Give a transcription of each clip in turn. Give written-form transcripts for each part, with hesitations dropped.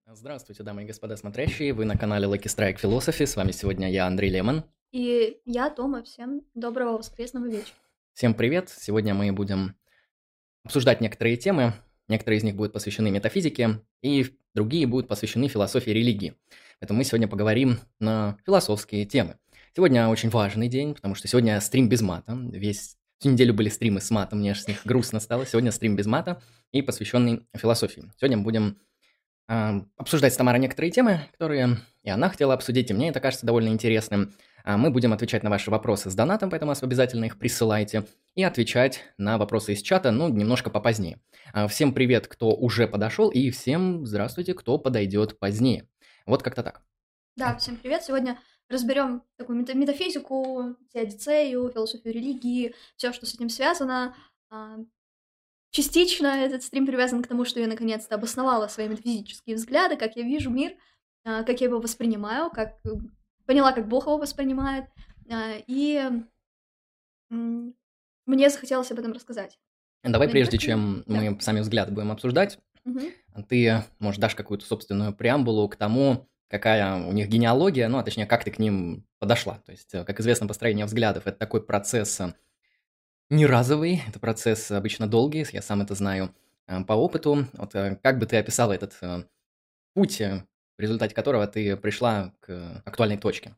Здравствуйте, дамы и господа смотрящие. Вы на канале Lucky Strike Philosophy. С вами сегодня я, Андрей Лемон. И я Тома. Всем доброго воскресного вечера. Всем привет. Сегодня мы будем обсуждать некоторые темы. Некоторые из них будут посвящены метафизике, и другие будут посвящены философии и религии. Поэтому мы сегодня поговорим на философские темы. Сегодня очень важный день, потому что сегодня стрим без мата. Всю неделю были стримы с матом, мне аж с них грустно стало. Сегодня стрим без мата и посвященный философии. Сегодня мы будем обсуждать с Тамарой некоторые темы, которые и она хотела обсудить, и мне это кажется довольно интересным. Мы будем отвечать на ваши вопросы с донатом, поэтому обязательно их присылайте, и отвечать на вопросы из чата, немножко попозднее. Всем привет, кто уже подошел, и всем здравствуйте, кто подойдет позднее. Вот как-то так. Да, всем привет. Сегодня разберем такую метафизику, теодицею, философию религии, все, что с этим связано. Частично этот стрим привязан к тому, что я наконец-то обосновала свои метафизические взгляды, как я вижу мир, как я его воспринимаю, поняла, как Бог его воспринимает, и мне захотелось об этом рассказать. Давай, прежде Поэтому, чем да. мы сами взгляды будем обсуждать, Мгм. ты, может, дашь какую-то собственную преамбулу к тому, какая у них генеалогия, а точнее, как ты к ним подошла. То есть, как известно, построение взглядов – это такой процесс не разовый, это процесс обычно долгий, я сам это знаю по опыту. Вот как бы ты описала этот путь, в результате которого ты пришла к актуальной точке?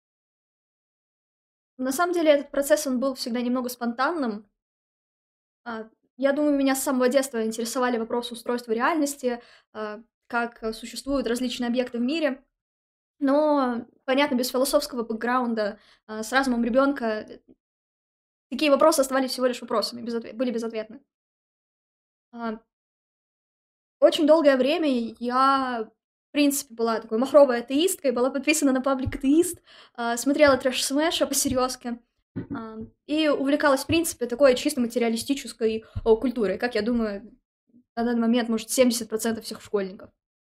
На самом деле этот процесс, он был всегда немного спонтанным. Я думаю, меня с самого детства интересовали вопросы устройства реальности, как существуют различные объекты в мире. Но, понятно, без философского бэкграунда, с разумом ребенка такие вопросы оставались всего лишь вопросами, были безответны. А, Очень долгое время я, в принципе, была такой махровой атеисткой, была подписана на паблик атеист, смотрела трэш-смэша по-серьезки, и увлекалась, в принципе, такой чисто материалистической культурой, как я думаю, на данный момент, может, 70% всех школьников.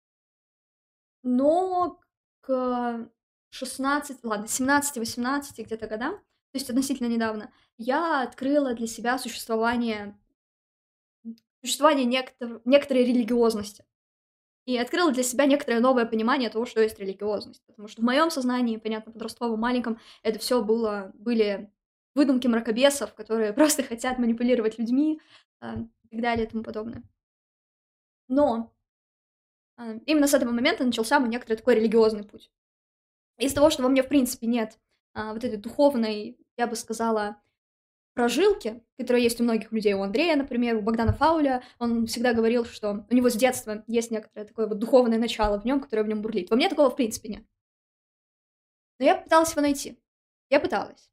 Но к 17-18 где-то годам, то есть относительно недавно, я открыла для себя существование некоторой религиозности. И открыла для себя некоторое новое понимание того, что есть религиозность. Потому что в моем сознании, понятно, подростковом, маленьком, это все были выдумки мракобесов, которые просто хотят манипулировать людьми, и так далее и тому подобное. Но именно с этого момента начался мой некоторый такой религиозный путь. Из того, что во мне, в принципе, нет вот этой духовной, я бы сказала, прожилки, которая есть у многих людей, у Андрея, например, у Богдана Фауля, он всегда говорил, что у него с детства есть некоторое такое вот духовное начало в нем, которое в нем бурлит. Во мне такого, в принципе, нет. Но я пыталась его найти. Я пыталась.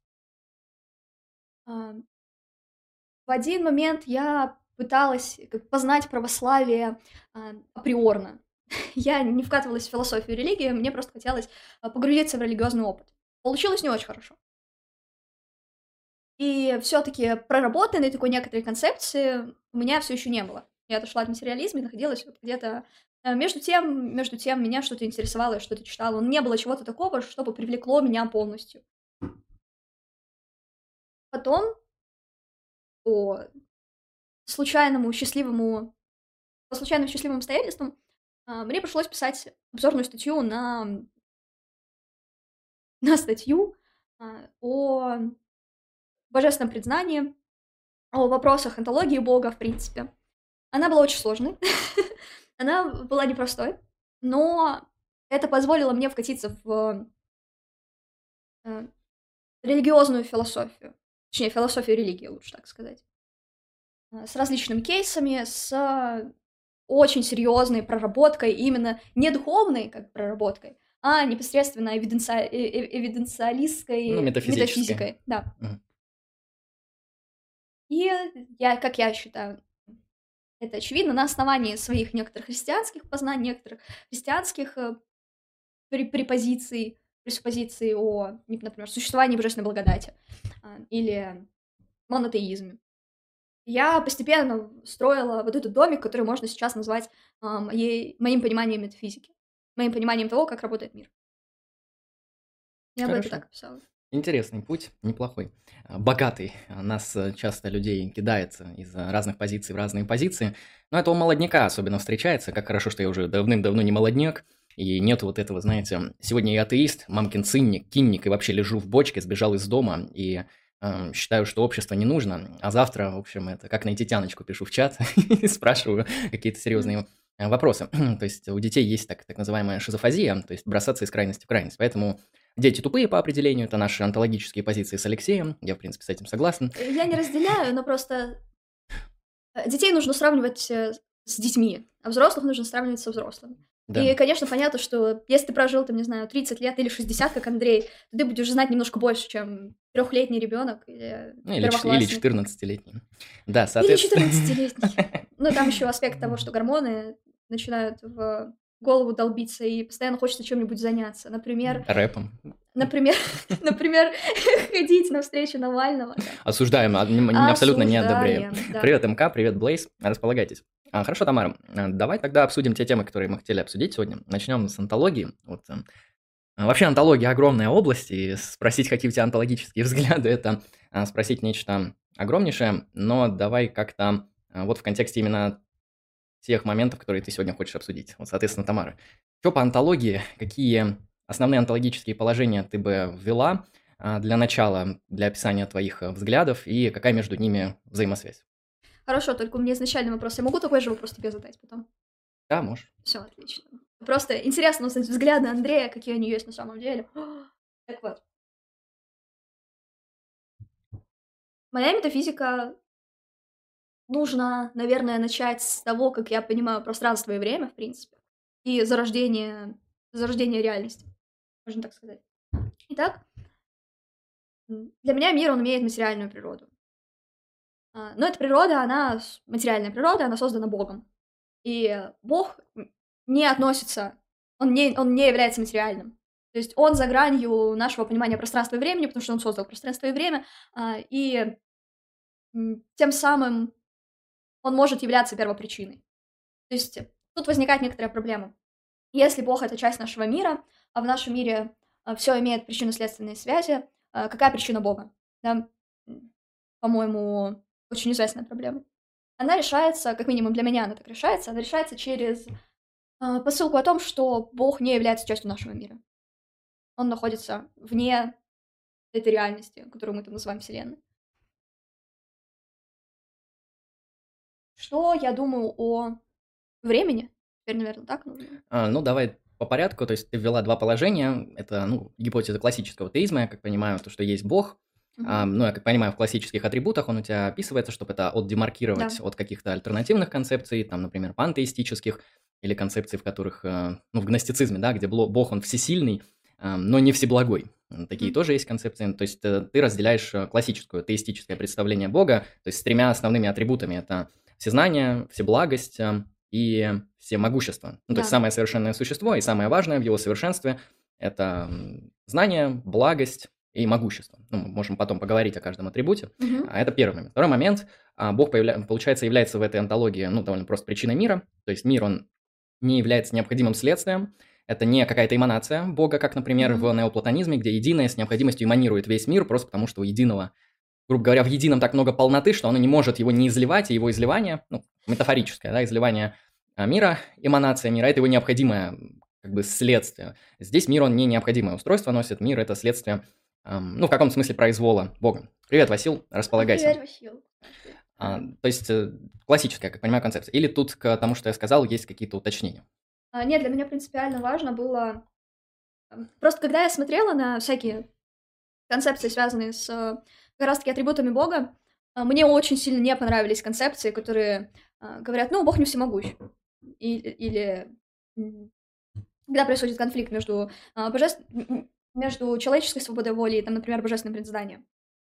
А, В один момент я пыталась познать православие априорно. Я не вкатывалась в философию религии, мне просто хотелось погрузиться в религиозный опыт. Получилось не очень хорошо. И все-таки проработанной такой некоторой концепции у меня все еще не было. Я отошла от материализма и находилась вот где-то между тем меня что-то интересовало, я что-то читала. Но не было чего-то такого, чтобы привлекло меня полностью. Потом по случайному счастливому, по случайным счастливым обстоятельствам мне пришлось писать обзорную статью на статью о божественном признании, о вопросах онтологии Бога, в принципе. Она была очень сложной, она была непростой, но это позволило мне вкатиться в э, религиозную философию, точнее, философию религии, лучше так сказать, с различными кейсами, с очень серьезной проработкой, именно не духовной как проработкой, а непосредственно эвиденциалистской Метафизически. метафизикой, да. Мгм. И как я считаю, это очевидно на основании своих некоторых христианских познаний, некоторых христианских пресуппозиций о, например, существовании божественной благодати или монотеизме. Я постепенно строила вот этот домик, который можно сейчас назвать моим пониманием метафизики, моим пониманием того, как работает мир. Я бы это Хорошо. так описала. Интересный путь, неплохой, богатый. Нас часто людей кидается из разных позиций в разные позиции, но это у молодняка особенно встречается. Как хорошо, что я уже давным-давно не молодняк, и нет вот этого, знаете, сегодня я атеист, мамкин цинник, кинник, и вообще лежу в бочке, сбежал из дома, и считаю, что общество не нужно, а завтра, в общем, это как найти тяночку, пишу в чат и спрашиваю какие-то серьезные вопросы. То есть у детей есть так называемая шизофазия, то есть бросаться из крайности в крайность, поэтому дети тупые по определению, это наши онтологические позиции с Алексеем, я, в принципе, с этим согласен. Я не разделяю, но просто детей нужно сравнивать с детьми, а взрослых нужно сравнивать со взрослыми. Да. И, конечно, понятно, что если ты прожил, там, не знаю, 30 лет или 60, как Андрей, то ты будешь знать немножко больше, чем 3-летний ребенок или Или первоклассник. 14-летний. Да, Или соответственно. 14-летний. Ну, там еще аспект того, что гормоны начинают в голову долбиться, и постоянно хочется чем-нибудь заняться. Например, Рэпом. ходить на встречу Навального. Осуждаем, абсолютно не одобряем. Осуждаем, да. Привет, МК, привет, Блейз, располагайтесь. Хорошо, Тамара, давай тогда обсудим те темы, которые мы хотели обсудить сегодня. Начнем с онтологии. Вообще онтология огромная область, и спросить, какие у тебя онтологические взгляды, это спросить нечто огромнейшее, но давай как-то вот в контексте именно тех моментов, которые ты сегодня хочешь обсудить. Вот, соответственно, Тамара, что по онтологии, какие основные онтологические положения ты бы ввела для начала, для описания твоих взглядов, и какая между ними взаимосвязь? Хорошо, только у меня изначальный вопрос. Я могу такой же вопрос тебе задать потом? Да, можешь. Все отлично. Просто интересно узнать взгляды Андрея, какие они есть на самом деле. Так вот. Моя метафизика нужно, наверное, начать с того, как я понимаю пространство и время, в принципе, и зарождение реальности, можно так сказать. Итак, для меня мир, он имеет материальную природу. Но эта природа, она материальная природа, она создана Богом. И Бог не относится, он не является материальным. То есть он за гранью нашего понимания пространства и времени, потому что он создал пространство и время, и тем самым он может являться первопричиной. То есть тут возникает некоторая проблема. Если Бог — это часть нашего мира, а в нашем мире все имеет причинно-следственные связи, какая причина Бога? Да? По-моему, очень известная проблема. Она решается, как минимум для меня она так решается, она решается через посылку о том, что Бог не является частью нашего мира. Он находится вне этой реальности, которую мы там называем Вселенной. Что я думаю о времени? Теперь, наверное, так нужно. Ну, давай по порядку. То есть ты ввела два положения. Это гипотеза классического теизма, я как понимаю, то, что есть Бог. Ну, я как понимаю, в классических атрибутах он у тебя описывается, чтобы это отдемаркировать от каких-то альтернативных концепций, там, например, пантеистических, или концепций, в которых, в гностицизме, да, где Бог, он всесильный, но не всеблагой. Такие тоже есть концепции. То есть ты разделяешь классическое теистическое представление Бога, то есть с тремя основными атрибутами. Это всезнание, всеблагость и всемогущество. То есть самое совершенное существо и самое важное в его совершенстве – это знание, благость и могущество. Мы можем потом поговорить о каждом атрибуте. Это первый момент. Второй момент. Бог, получается, является в этой онтологии довольно просто причиной мира. То есть мир, он не является необходимым следствием. Это не какая-то эманация Бога, как, например, в неоплатонизме, где единое с необходимостью эманирует весь мир, просто потому что у единого, грубо говоря, в едином так много полноты, что оно не может его не изливать, и его изливание, метафорическое, да, изливание мира, эманация мира, это его необходимое следствие. Здесь мир, он не необходимое устройство носит, мир – это следствие, в каком смысле произвола Бога. Привет, Васил, располагайся. Привет, Васил. То есть классическая, как понимаю, концепция. Или тут к тому, что я сказал, есть какие-то уточнения? Нет, для меня принципиально важно было... Просто когда я смотрела на всякие концепции, связанные с как раз-таки атрибутами Бога, мне очень сильно не понравились концепции, которые говорят, Бог не всемогущ. Или когда происходит конфликт между человеческой свободой воли и, там, например, божественным предзнанием.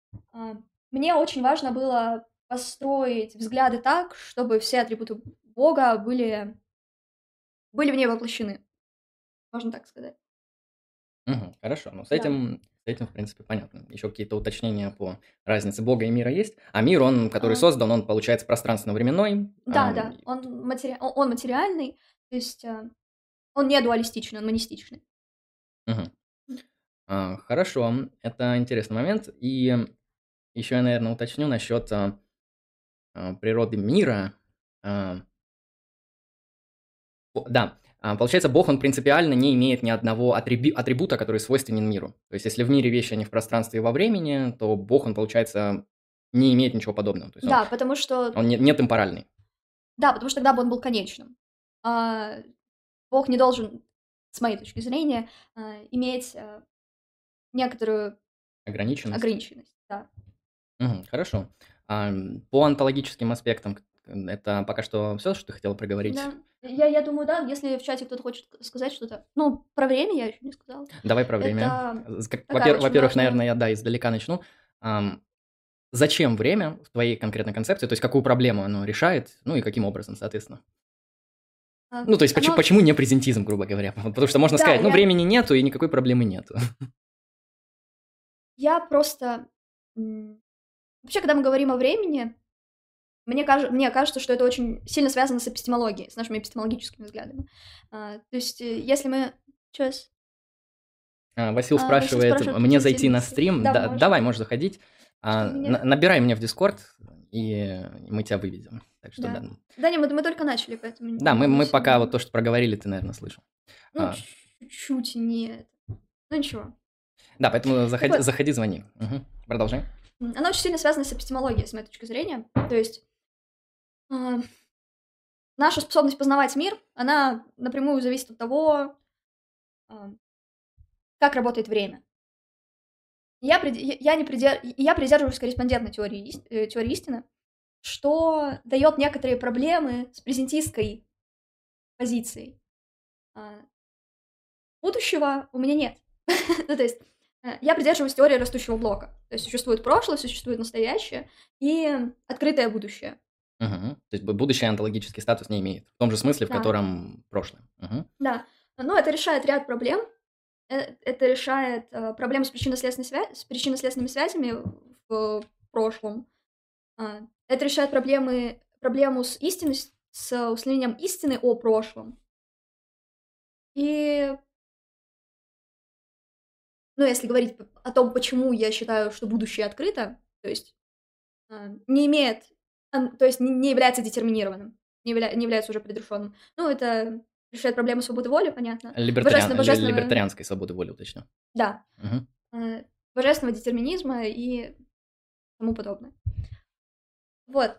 Мне очень важно было построить взгляды так, чтобы все атрибуты Бога были в ней воплощены. Можно так сказать. Хорошо, с этим, в принципе, понятно. Еще какие-то уточнения по разнице Бога и мира есть. А мир, он, который создан, он, получается, пространственно-временной. Да, он материальный, то есть он не дуалистичный, он монистичный. Хорошо, это интересный момент. И еще я, наверное, уточню насчет природы мира. А, Да, получается, Бог, он принципиально не имеет ни одного атрибута, который свойственен миру. То есть, если в мире вещи, они в пространстве и во времени, то Бог, он, получается, не имеет ничего подобного. То есть, Да, потому что... он не темпоральный. Да, потому что тогда бы он был конечным. Бог не должен, с моей точки зрения, иметь некоторую Ограниченность. ограниченность. Да. Хорошо. По онтологическим аспектам это пока что все, что ты хотела проговорить? Да. Я думаю, да, если в чате кто-то хочет сказать что-то. Ну, про время я еще не сказала. Давай про время. Это такая очень Во-первых, важная- наверное, я, издалека начну. Зачем время в твоей конкретной концепции? То есть, какую проблему оно решает? Ну и каким образом, соответственно? Ну, то есть, оно- почему не презентизм, грубо говоря? Потому что можно Да, сказать, я- времени нету и никакой проблемы нету. Я просто... Вообще, когда мы говорим о времени, мне кажется, что это очень сильно связано с эпистемологией, с нашими эпистемологическими взглядами. То есть, если мы... Сейчас... Васил Васил спрашивает, спрашивает, мне как зайти зайти на на стрим? стрим. Да, можешь. Давай, можешь заходить. меня- Набирай меня в Дискорд, и мы тебя выведем. Так что Да. да. Да, не, мы только начали, поэтому... Да, мы не пока сильно. вот то, что проговорили, ты, наверное, слышал. Ну, чуть-чуть не... Ну, ничего. Да, поэтому вот. заходи, звони. Мгм. Продолжай. Она очень сильно связана с эпистемологией, с моей точки зрения. То есть наша способность познавать мир, она напрямую зависит от того, как работает время. Я придерживаюсь корреспондентной теории истины, что дает некоторые проблемы с презентистской позицией. Будущего у меня нет. Ну, то есть я придерживаюсь теории растущего блока. То есть существует прошлое, существует настоящее и открытое будущее. То есть будущее онтологический статус не имеет. В том же смысле, в Да. котором прошлое. Да. Но это решает ряд проблем. Это решает проблемы с причинно-следственными связями в прошлом. Это решает проблему с истинностью, с установлением истины о прошлом. И, ну, если говорить о том, почему я считаю, что будущее открыто, то есть не является детерминированным, не является уже предрешенным. Ну, это решает проблему свободы воли, понятно. Божественного- Либертарианской свободы воли, уточню. Да. Мгм. Божественного детерминизма и тому подобное. Вот.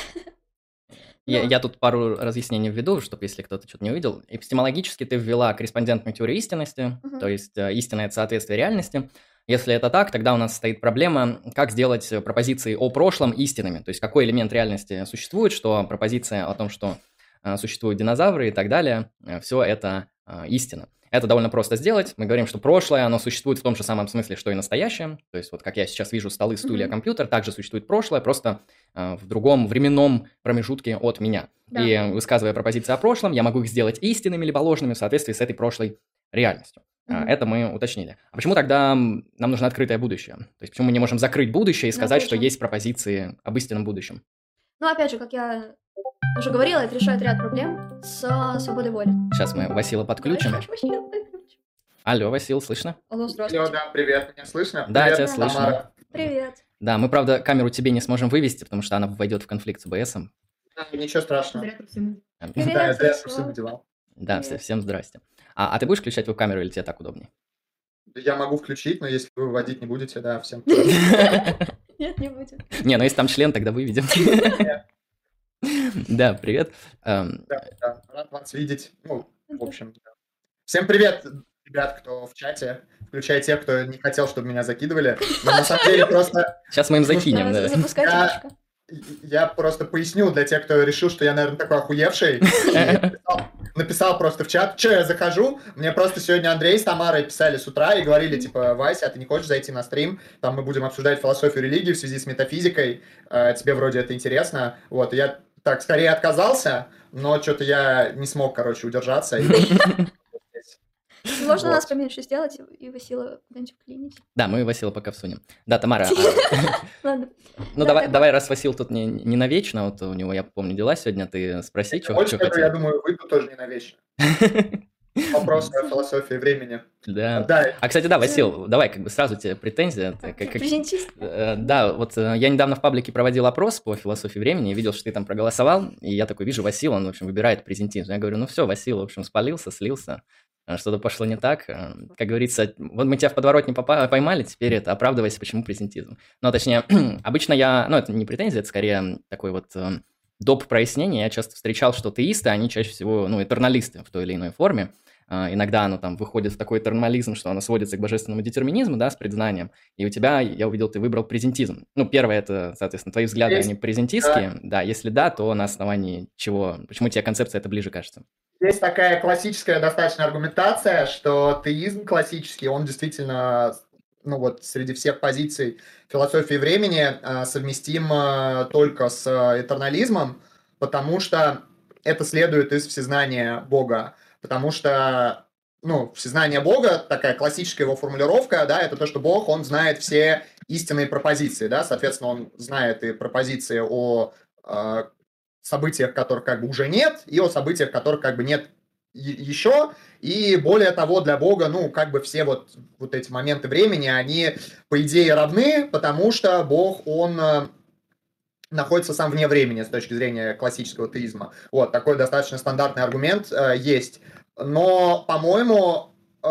Я тут пару разъяснений введу, чтобы если кто-то что-то не увидел. Эпистемологически ты ввела корреспондентную теорию истинности, Мгм. то есть истина – это соответствие реальности. Если это так, тогда у нас стоит проблема, как сделать пропозиции о прошлом истинными. То есть какой элемент реальности существует, что пропозиция о том, что существуют динозавры и так далее, все это истина. Это довольно просто сделать. Мы говорим, что прошлое, оно существует в том же самом смысле, что и настоящее. То есть вот как я сейчас вижу столы, стулья, компьютер, также существует прошлое, просто в другом временном промежутке от меня. Да. И высказывая пропозиции о прошлом, я могу их сделать истинными либо ложными в соответствии с этой прошлой реальностью. Это мы уточнили. А почему тогда нам нужно открытое будущее? То есть почему мы не можем закрыть будущее и сказать, что точно. есть пропозиции об истинном будущем? Ну, опять же, как я уже говорила, это решает ряд проблем с свободой воли. Сейчас мы Васила подключим. Давай, Васил, подключим. Алло, Васил, слышно? Алло, Алло, здравствуйте. да, привет, меня слышно? Да, Привет, тебя слышно. Тамара. Привет. Да, мы, правда, камеру тебе не сможем вывести, потому что она войдет в конфликт с ОБСом. Ничего страшного. Привет, Да, я Васил. просто выдевал. Да, Привет. всем здрасте. А ты будешь включать веб-камеру или тебе так удобнее? Я могу включить, но если вы выводить не будете, да, всем. Нет, не будет. Не, ну если там член, тогда выведем. Да, привет. Да, рад вас видеть. Ну, в общем, да. Всем привет, ребят, кто в чате, включая тех, кто не хотел, чтобы меня закидывали. Но на самом деле просто Сейчас мы им закинем, Давай, да. запускай Я- тележку. я просто поясню для тех, кто решил, что я, наверное, такой охуевший. И написал просто в чат, что я захожу. Мне просто сегодня Андрей с Тамарой писали с утра и говорили, типа, Вася, а ты не хочешь зайти на стрим? Там мы будем обсуждать философию религии в связи с метафизикой. Тебе вроде это интересно. Вот, и я так скорее отказался, но что-то я не смог, короче, удержаться. Можно Вот. нас поменьше сделать и Васила куда-нибудь вклинить. Да, мы Васила пока всунем. Да, Тамара, Ладно. ну Да, давай, раз Васил тут не навечно, вот у него, я помню, дела сегодня, ты спроси, что Больше этого, я хотел. думаю, выйду тоже не навечно. Вопрос о философии времени. Да. Да, А, кстати, да, Васил, давай как бы сразу тебе претензия. Презентист. Да, вот я недавно в паблике проводил опрос по философии времени, и видел, что ты там проголосовал, и я такой вижу, Васил, он, в общем, выбирает презентизм. Я говорю, ну все, Васил, в общем, спалился, слился, что-то пошло не так. Как говорится, вот мы тебя в подворотне поймали, теперь это оправдывайся, почему презентизм. Ну, точнее, обычно ну, это не претензия, это скорее такой вот доп. Прояснение. Я часто встречал, что теисты, они чаще всего, ну, этерналисты в той или иной форме. Иногда оно там выходит в такой этернализм, что оно сводится к божественному детерминизму, да, с предзнанием. И у тебя, я увидел, ты выбрал презентизм. Ну, первое, это, соответственно, твои взгляды, они презентистские. Да, если да, то на основании чего, почему тебе концепция эта ближе кажется? Есть такая классическая достаточно аргументация, что теизм классический, он действительно, ну вот, среди всех позиций философии времени совместим только с этернализмом, потому что это следует из всезнания Бога. Потому что, ну, всезнание Бога, такая классическая его формулировка, да, это то, что Бог, он знает все истинные пропозиции, да, соответственно, он знает и пропозиции о событиях, которых как бы уже нет, и о событиях, которых как бы нет еще. И более того, для Бога, ну, как бы все вот эти моменты времени, они, по идее, равны, потому что Бог, он находится сам вне времени с точки зрения классического теизма. Вот, такой достаточно стандартный аргумент есть. Но, по-моему,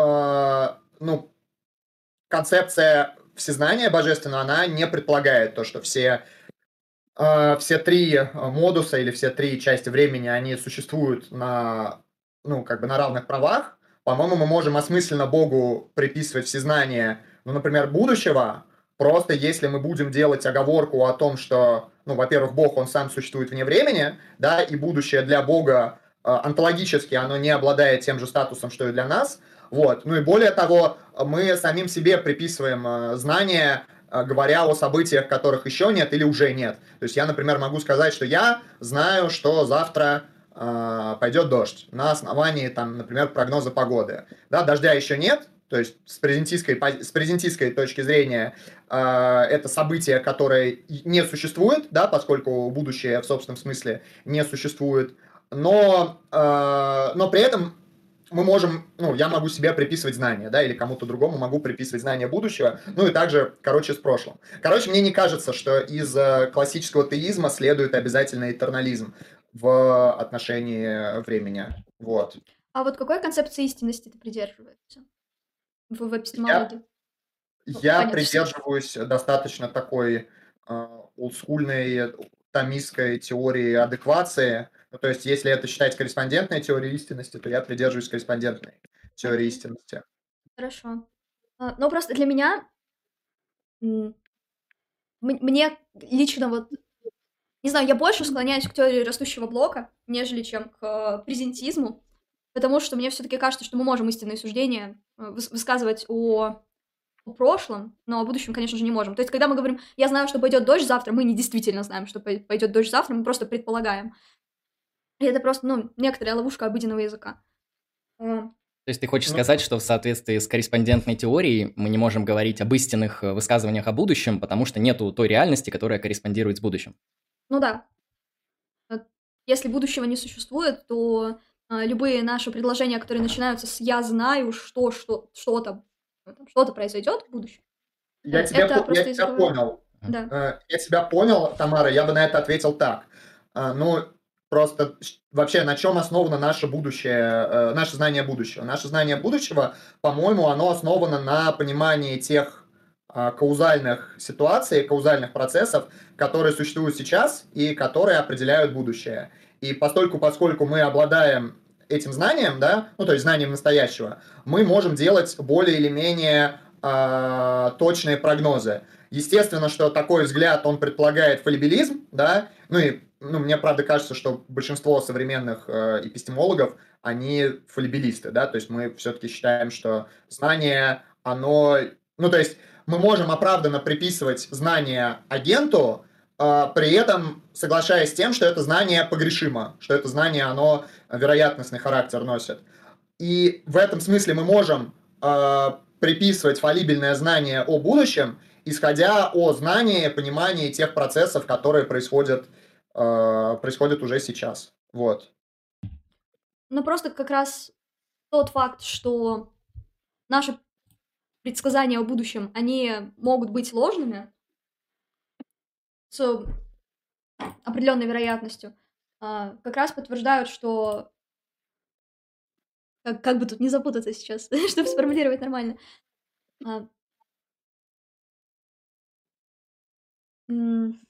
ну, концепция всезнания божественного, она не предполагает то, что все три модуса или все три части времени, они существуют на, ну, как бы на равных правах. По-моему, мы можем осмысленно Богу приписывать всезнание, ну, например, будущего, просто если мы будем делать оговорку о том, что, ну, во-первых, Бог, он сам существует вне времени, да, и будущее для Бога онтологически, оно не обладает тем же статусом, что и для нас. Вот. Ну и более того, мы самим себе приписываем знания, говоря о событиях, которых еще нет или уже нет. То есть я, например, могу сказать, что я знаю, что завтра пойдет дождь на основании, там, например, прогноза погоды. Да, дождя еще нет, то есть с презентистской точки зрения это событие, которое не существует, да, поскольку будущее в собственном смысле не существует, но при этом мы можем, ну, я могу себе приписывать знания, да, или кому-то другому могу приписывать знания будущего, ну и также, короче, с прошлым. Короче, мне не кажется, что из классического теизма следует обязательно этернализм в отношении времени. Вот. А вот какой концепции истинности ты придерживаешься в эпистемологии? Я понятно. придерживаюсь достаточно такой олдскульной томистской теории адеквации. Ну, то есть, если это считать корреспондентной теорией истинности, то я придерживаюсь корреспондентной теории истинности. Хорошо. Но просто для меня, мне лично вот, не знаю, я больше склоняюсь к теории растущего блока, нежели чем к презентизму, потому что мне все-таки кажется, что мы можем истинные суждения высказывать о прошлом, но о будущем, конечно же, не можем. То есть, когда мы говорим, я знаю, что пойдет дождь завтра, мы не действительно знаем, что пойдет дождь завтра, мы просто предполагаем. И это просто, ну, некоторая ловушка обыденного языка. То есть ты хочешь сказать, что в соответствии с корреспондентной теорией мы не можем говорить об истинных высказываниях о будущем, потому что нету той реальности, которая корреспондирует с будущим? Ну да. Если будущего не существует, то любые наши предложения, которые начинаются с «я знаю, что-то произойдет в будущем». Я тебя понял. Да. Я тебя понял, Тамара, я бы на это ответил так. Ну, просто вообще на чем основано наше будущее, наше знание будущего? Наше знание будущего, по-моему, оно основано на понимании тех каузальных ситуаций, каузальных процессов, которые существуют сейчас и которые определяют будущее. И поскольку мы обладаем этим знанием, да, ну, то есть знанием настоящего, мы можем делать более или менее точные прогнозы. Естественно, что такой взгляд, он предполагает фаллибилизм, да, мне, правда, кажется, что большинство современных эпистемологов, они фаллибилисты, да, то есть мы все-таки считаем, что знание, оно, ну, то есть мы можем оправданно приписывать знание агенту, при этом соглашаясь с тем, что это знание погрешимо, что это знание, оно вероятностный характер носит. И в этом смысле мы можем приписывать фаллибельное знание о будущем, исходя о знании, понимании тех процессов, которые происходят уже сейчас. Вот. Ну, просто как раз тот факт, что наши предсказания о будущем, они могут быть ложными с определенной вероятностью, как раз подтверждают, что... Как бы тут не запутаться сейчас, чтобы сформулировать нормально. А, м,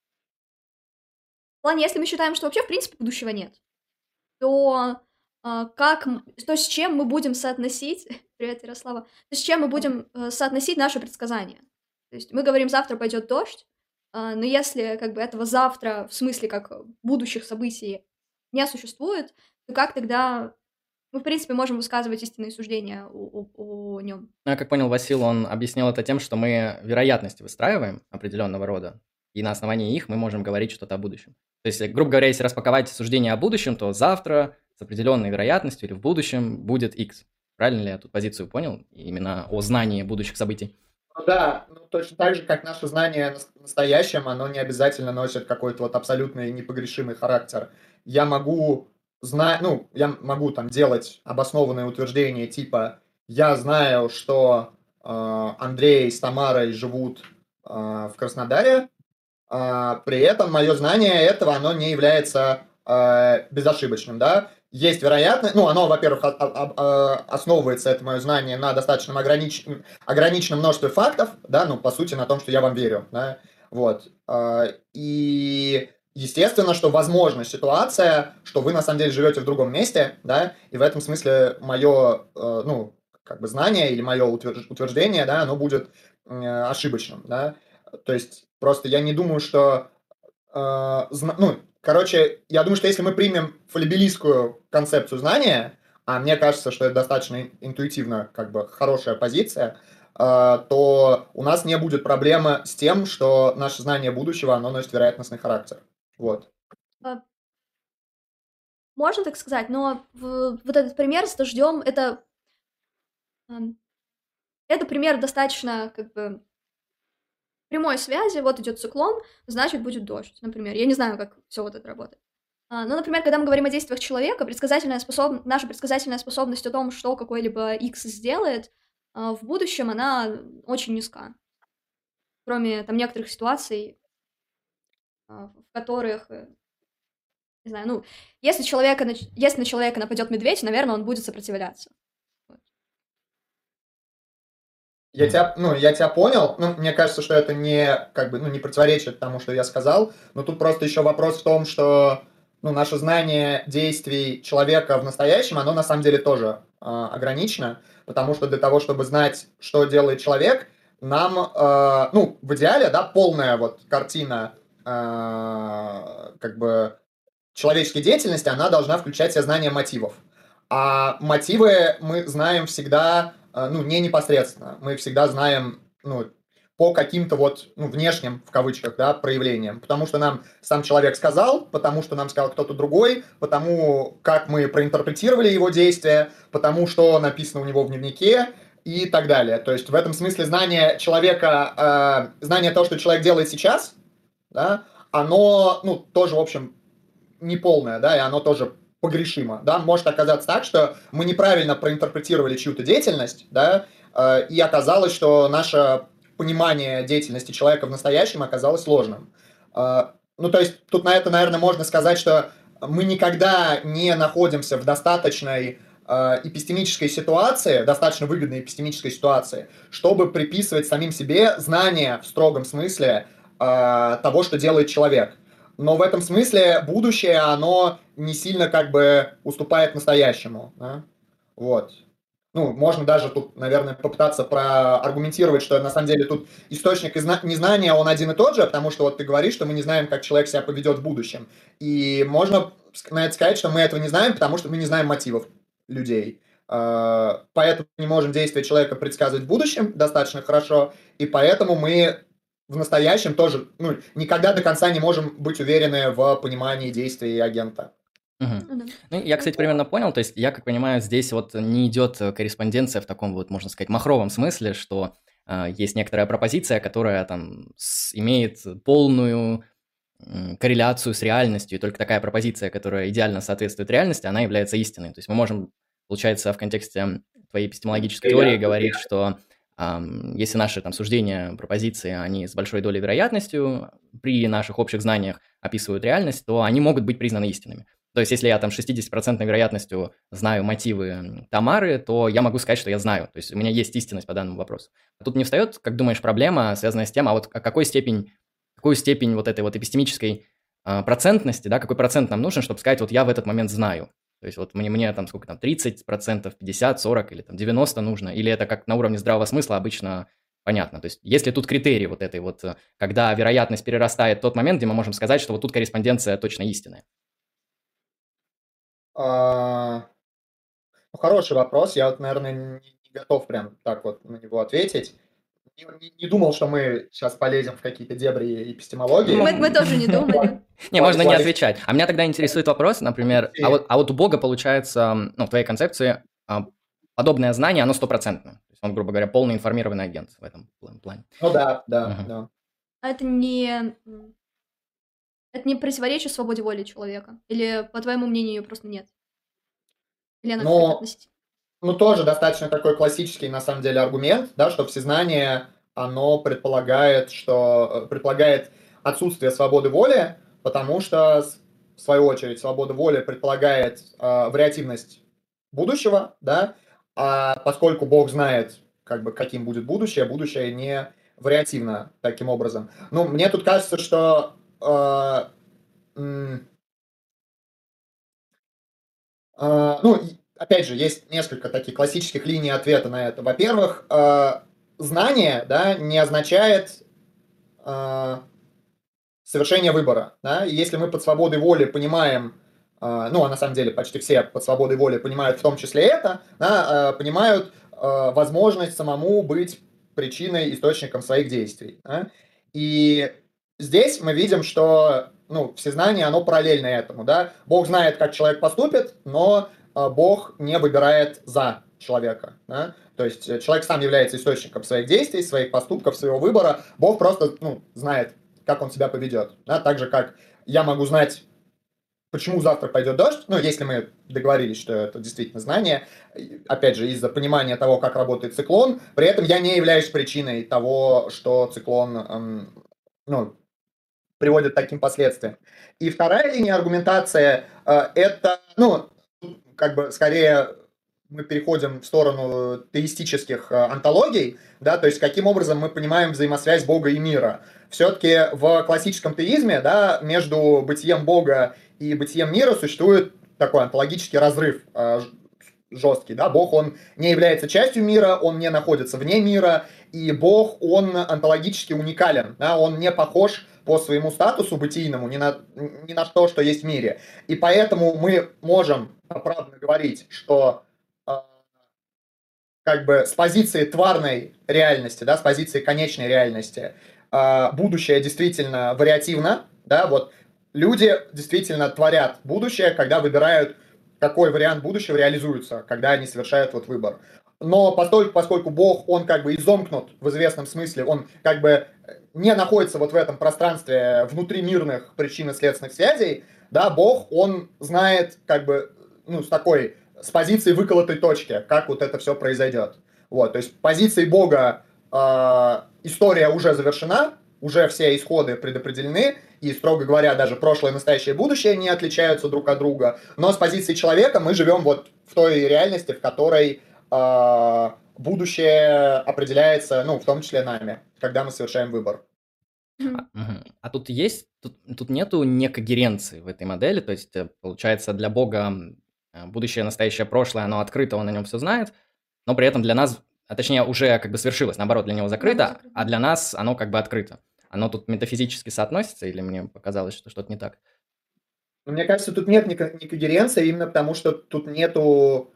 В плане, если мы считаем, что вообще, в принципе, будущего нет, то то с чем мы будем соотносить... Привет, Ярослава. То с чем мы будем соотносить наши предсказания? То есть мы говорим, завтра пойдет дождь, но если как бы этого завтра, в смысле как будущих событий, не существует, то как тогда мы, в принципе, можем высказывать истинные суждения о нем? Ну, я как понял, Васил, он объяснил это тем, что мы вероятности выстраиваем определенного рода, и на основании их мы можем говорить что-то о будущем. То есть, грубо говоря, если распаковать суждение о будущем, то завтра с определенной вероятностью или в будущем будет X. Правильно ли я тут позицию понял? Именно о знании будущих событий. Ну да, ну точно так же, как наше знание о настоящем, оно не обязательно носит какой-то вот абсолютный непогрешимый характер. Я могу знать, ну, я могу там делать обоснованные утверждения типа «я знаю, что Андрей с Тамарой живут в Краснодаре», при этом мое знание этого, оно не является безошибочным, да. Есть вероятность, ну, оно, во-первых, основывается, это мое знание, на достаточно ограниченном множестве фактов, да, ну, по сути, на том, что я вам верю, да, вот. И естественно, что возможна ситуация, что вы на самом деле живете в другом месте, да, и в этом смысле мое, ну, как бы знание или мое утверждение, да, оно будет ошибочным, да. То есть просто я не думаю, что... ну, короче, я думаю, что если мы примем фалибилистскую концепцию знания, а мне кажется, что это достаточно интуитивно, как бы, хорошая позиция, то у нас не будет проблемы с тем, что наше знание будущего, оно носит вероятностный характер. Вот. Можно так сказать, но вот этот пример с дождем, это пример достаточно, как бы, прямой связи, вот идет циклон, значит, будет дождь, например. Я не знаю, как все вот это работает. Но, например, когда мы говорим о действиях человека, наша предсказательная способность о том, что какой-либо X сделает, в будущем она очень низка. Кроме там некоторых ситуаций, в которых, не знаю, ну, если на человека нападет медведь, наверное, он будет сопротивляться. Я тебя понял. Ну, мне кажется, что это не, как бы, ну, не противоречит тому, что я сказал. Но тут просто еще вопрос в том, что, ну, наше знание действий человека в настоящем, оно на самом деле тоже ограничено. Потому что для того, чтобы знать, что делает человек, нам, ну, в идеале, да, полная вот картина, как бы, человеческой деятельности, она должна включать в себя знание мотивов. А мотивы мы знаем всегда, ну, не непосредственно. Мы всегда знаем, ну, по каким-то вот, ну, внешним, в кавычках, да, проявлениям. Потому что нам сам человек сказал, потому что нам сказал кто-то другой, потому как мы проинтерпретировали его действия, потому что написано у него в дневнике и так далее. То есть в этом смысле знание человека, знание того, что человек делает сейчас, да, оно, ну, тоже, в общем, неполное, да, и оно тоже погрешимо, да, может оказаться так, что мы неправильно проинтерпретировали чью-то деятельность, да, и оказалось, что наше понимание деятельности человека в настоящем оказалось ложным. Ну, то есть тут на это, наверное, можно сказать, что мы никогда не находимся в достаточной эпистемической ситуации, достаточно выгодной эпистемической ситуации, чтобы приписывать самим себе знания в строгом смысле того, что делает человек. Но в этом смысле будущее, оно не сильно как бы уступает настоящему. Да? Вот. Ну, можно даже тут, наверное, попытаться проаргументировать, что на самом деле тут источник незнания, он один и тот же, потому что вот ты говоришь, что мы не знаем, как человек себя поведет в будущем. И можно на это сказать, что мы этого не знаем, потому что мы не знаем мотивов людей. Поэтому не можем действия человека предсказывать в будущем достаточно хорошо, и поэтому мы в настоящем тоже, ну, никогда до конца не можем быть уверены в понимании действий агента. Ну, я, кстати, примерно понял, то есть я, как понимаю, здесь вот не идет корреспонденция в таком вот, можно сказать, махровом смысле, что есть некоторая пропозиция, которая там имеет полную корреляцию с реальностью, и только такая пропозиция, которая идеально соответствует реальности, она является истиной. То есть мы можем получается, в контексте твоей эпистемологической теории говорит, что если наши там суждения, пропозиции, они с большой долей вероятностью при наших общих знаниях описывают реальность, то они могут быть признаны истинными. То есть, если я там 60% вероятностью знаю мотивы Тамары, то я могу сказать, что я знаю. То есть, у меня есть истинность по данному вопросу. А тут не встает, как думаешь, проблема, связанная с тем, а вот какую степень вот этой вот эпистемической процентности, да, какой процент нам нужен, чтобы сказать, вот я в этот момент знаю. То есть, вот мне там сколько там, 30%, 50, 40 или там 90 нужно, или это как на уровне здравого смысла обычно понятно. То есть, если тут критерий вот этой вот, когда вероятность перерастает тот момент, где мы можем сказать, что вот тут корреспонденция точно истинная. Хороший вопрос. Я вот, наверное, не готов прям так вот на него ответить. Не думал, что мы сейчас полезем в какие-то дебри эпистемологии. Мы тоже не думали. Не, можно не отвечать. А меня тогда интересует вопрос, например, а вот у Бога получается, ну, в твоей концепции, подобное знание, оно стопроцентное. То есть он, грубо говоря, полный информированный агент в этом плане. Ну да. Это не противоречит свободе воли человека? Или, по твоему мнению, ее просто нет? Или она как-то относительно? Ну, тоже достаточно такой классический, на самом деле, аргумент, да, что всезнание, оно предполагает отсутствие свободы воли, потому что, в свою очередь, свобода воли предполагает вариативность будущего, да, а поскольку Бог знает, как бы, каким будет будущее не вариативно таким образом. Ну, мне тут кажется, что опять же, есть несколько таких классических линий ответа на это. Во-первых, знание, да, не означает совершение выбора. Да? И если мы под свободой воли понимаем, а на самом деле почти все под свободой воли понимают в том числе это, да, понимают возможность самому быть причиной, источником своих действий. Да? И здесь мы видим, что всезнание, оно параллельно этому. Да? Бог знает, как человек поступит, но Бог не выбирает за человека. Да? То есть человек сам является источником своих действий, своих поступков, своего выбора. Бог просто знает, как он себя поведет. Да? Так же, как я могу знать, почему завтра пойдет дождь, если мы договорились, что это действительно знание, опять же, из-за понимания того, как работает циклон, при этом я не являюсь причиной того, что циклон приводит к таким последствиям. И вторая линия аргументации это, скорее мы переходим в сторону теистических онтологий, да, то есть каким образом мы понимаем взаимосвязь Бога и мира. Все-таки в классическом теизме, да, между бытием Бога и бытием мира существует такой онтологический разрыв жесткий, да, Бог, он не является частью мира, он не находится вне мира, и Бог, он онтологически уникален, да, он не похож по своему статусу бытийному ни на то, что есть в мире. И поэтому мы можем оправданно говорить, что с позиции тварной реальности, да, с позиции конечной реальности, будущее действительно вариативно, да, вот люди действительно творят будущее, когда выбирают, какой вариант будущего реализуется, когда они совершают выбор. Но поскольку Бог, он изомкнут в известном смысле, он не находится в этом пространстве внутримирных причинно-следственных связей, да, Бог, он знает с позиции выколотой точки, как это все произойдет. То есть позицией Бога история уже завершена, уже все исходы предопределены, и, строго говоря, даже прошлое, настоящее и будущее не отличаются друг от друга. Но с позиции человека мы живем в той реальности, в которой будущее определяется, в том числе нами, когда мы совершаем выбор. А тут нету некогеренции в этой модели, то есть, получается, для Бога будущее, настоящее, прошлое, оно открыто, он о нем все знает, но при этом для нас, точнее, уже свершилось, наоборот, для него закрыто, а для нас оно открыто. Оно тут метафизически соотносится, или мне показалось, что что-то не так? Мне кажется, тут нет некогеренции, именно потому что тут нету...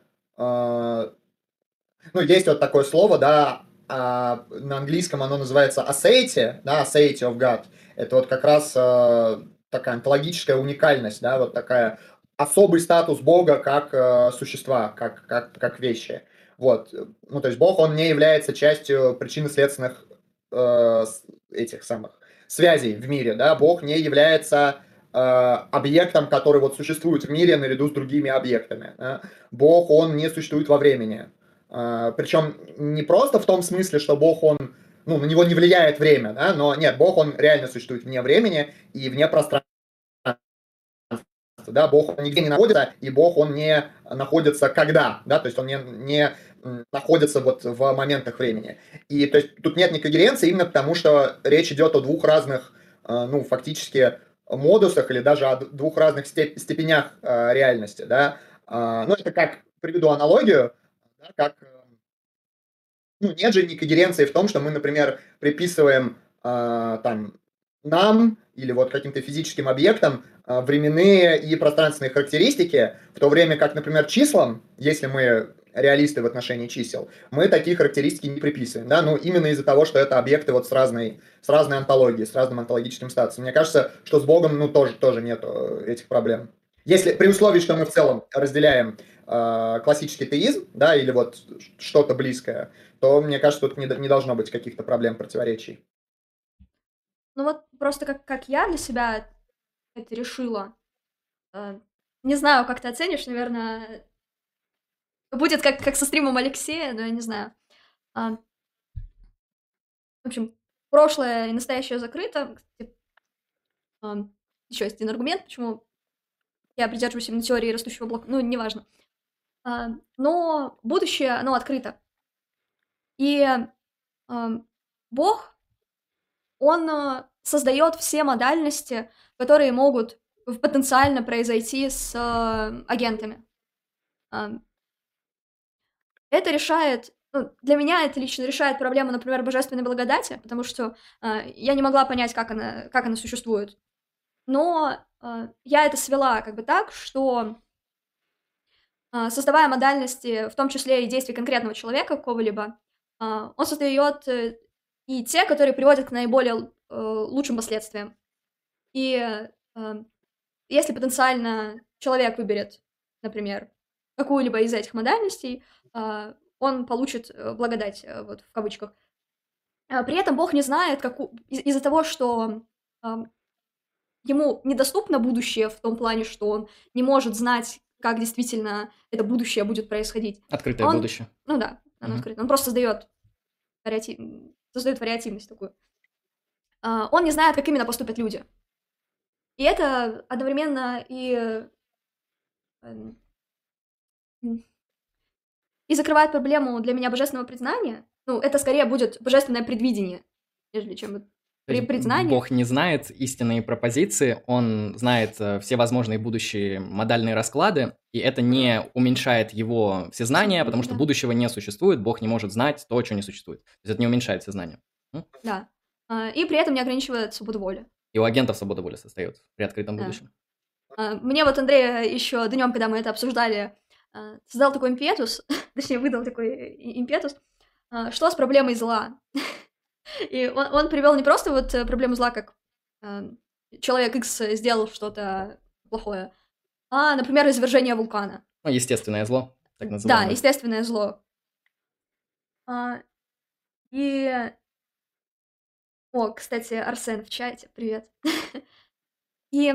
есть такое слово, да, на английском оно называется aseity, да, aseity of God. Это как раз такая онтологическая уникальность, да, такая особый статус Бога как существа, как вещи. То есть Бог, он не является частью причинно-следственных этих самых связей в мире, да, Бог не является объектом, который вот существует в мире наряду с другими объектами. Да? Бог, он не существует во времени. Причем не просто в том смысле, что Бог, он, ну, на него не влияет время, да? Но нет, Бог, он реально существует вне времени и вне пространства. Да? Бог, он нигде не находится, и Бог, он не находится когда, да? То есть он не находится вот в моментах времени. И то есть тут нет некогеренции именно потому, что речь идет о двух разных, ну, фактически модусах или даже о двух разных степенях реальности, да. Ну, это как, приведу аналогию, да, как, ну, нет же некогеренции в том, что мы, например, приписываем там нам или вот каким-то физическим объектам временные и пространственные характеристики, в то время как, например, числам, если мы реалисты в отношении чисел, мы такие характеристики не приписываем, да, ну, именно из-за того, что это объекты вот с разной онтологией, с разным онтологическим статусом. Мне кажется, что с Богом, ну, тоже нету этих проблем. Если, при условии, что мы в целом разделяем классический теизм, да, или вот что-то близкое, то, мне кажется, тут не должно быть каких-то проблем, противоречий. Ну вот просто как я для себя это решила. Не знаю, как ты оценишь, наверное, будет как со стримом Алексея, но я не знаю. В общем, прошлое и настоящее закрыто. Еще есть один аргумент, почему я придерживаюсь именно теории растущего блока. Ну, неважно. Но будущее, оно открыто. И Бог, он создает все модальности, которые могут потенциально произойти с агентами. Это решает, ну, для меня это лично решает проблему, например, божественной благодати, потому что я не могла понять, как она существует. Но я это свела как бы так, что создавая модальности, в том числе и действий конкретного человека какого-либо, он создает и те, которые приводят к наиболее лучшим последствиям. И если потенциально человек выберет, например, какую-либо из этих модальностей, он получит благодать, вот в кавычках. При этом Бог не знает, из-за того, что ему недоступно будущее в том плане, что он не может знать, как действительно это будущее будет происходить. Открытое будущее. Ну да, оно открыто. Он просто создает вариативность такую. Он не знает, как именно поступят люди. И это одновременно и закрывает проблему для меня божественного признания. Ну, это скорее будет божественное предвидение, нежели чем признание. Бог не знает истинные пропозиции, он знает все возможные будущие модальные расклады, и это не уменьшает его всезнание, потому что будущего не существует, Бог не может знать то, что не существует. То есть это не уменьшает всезнание. Да. И при этом не ограничивает свободу воли. И у агентов свобода воли создается при открытом будущем. Мне вот Андрей еще днем, когда мы это обсуждали, создал такой импетус, точнее, выдал такой импетус, что с проблемой зла. И он привел не просто вот проблему зла, как человек X сделал что-то плохое, а, например, извержение вулкана. Ну, естественное зло, так называемое. Да, естественное зло. О, кстати, Арсен в чате, привет. И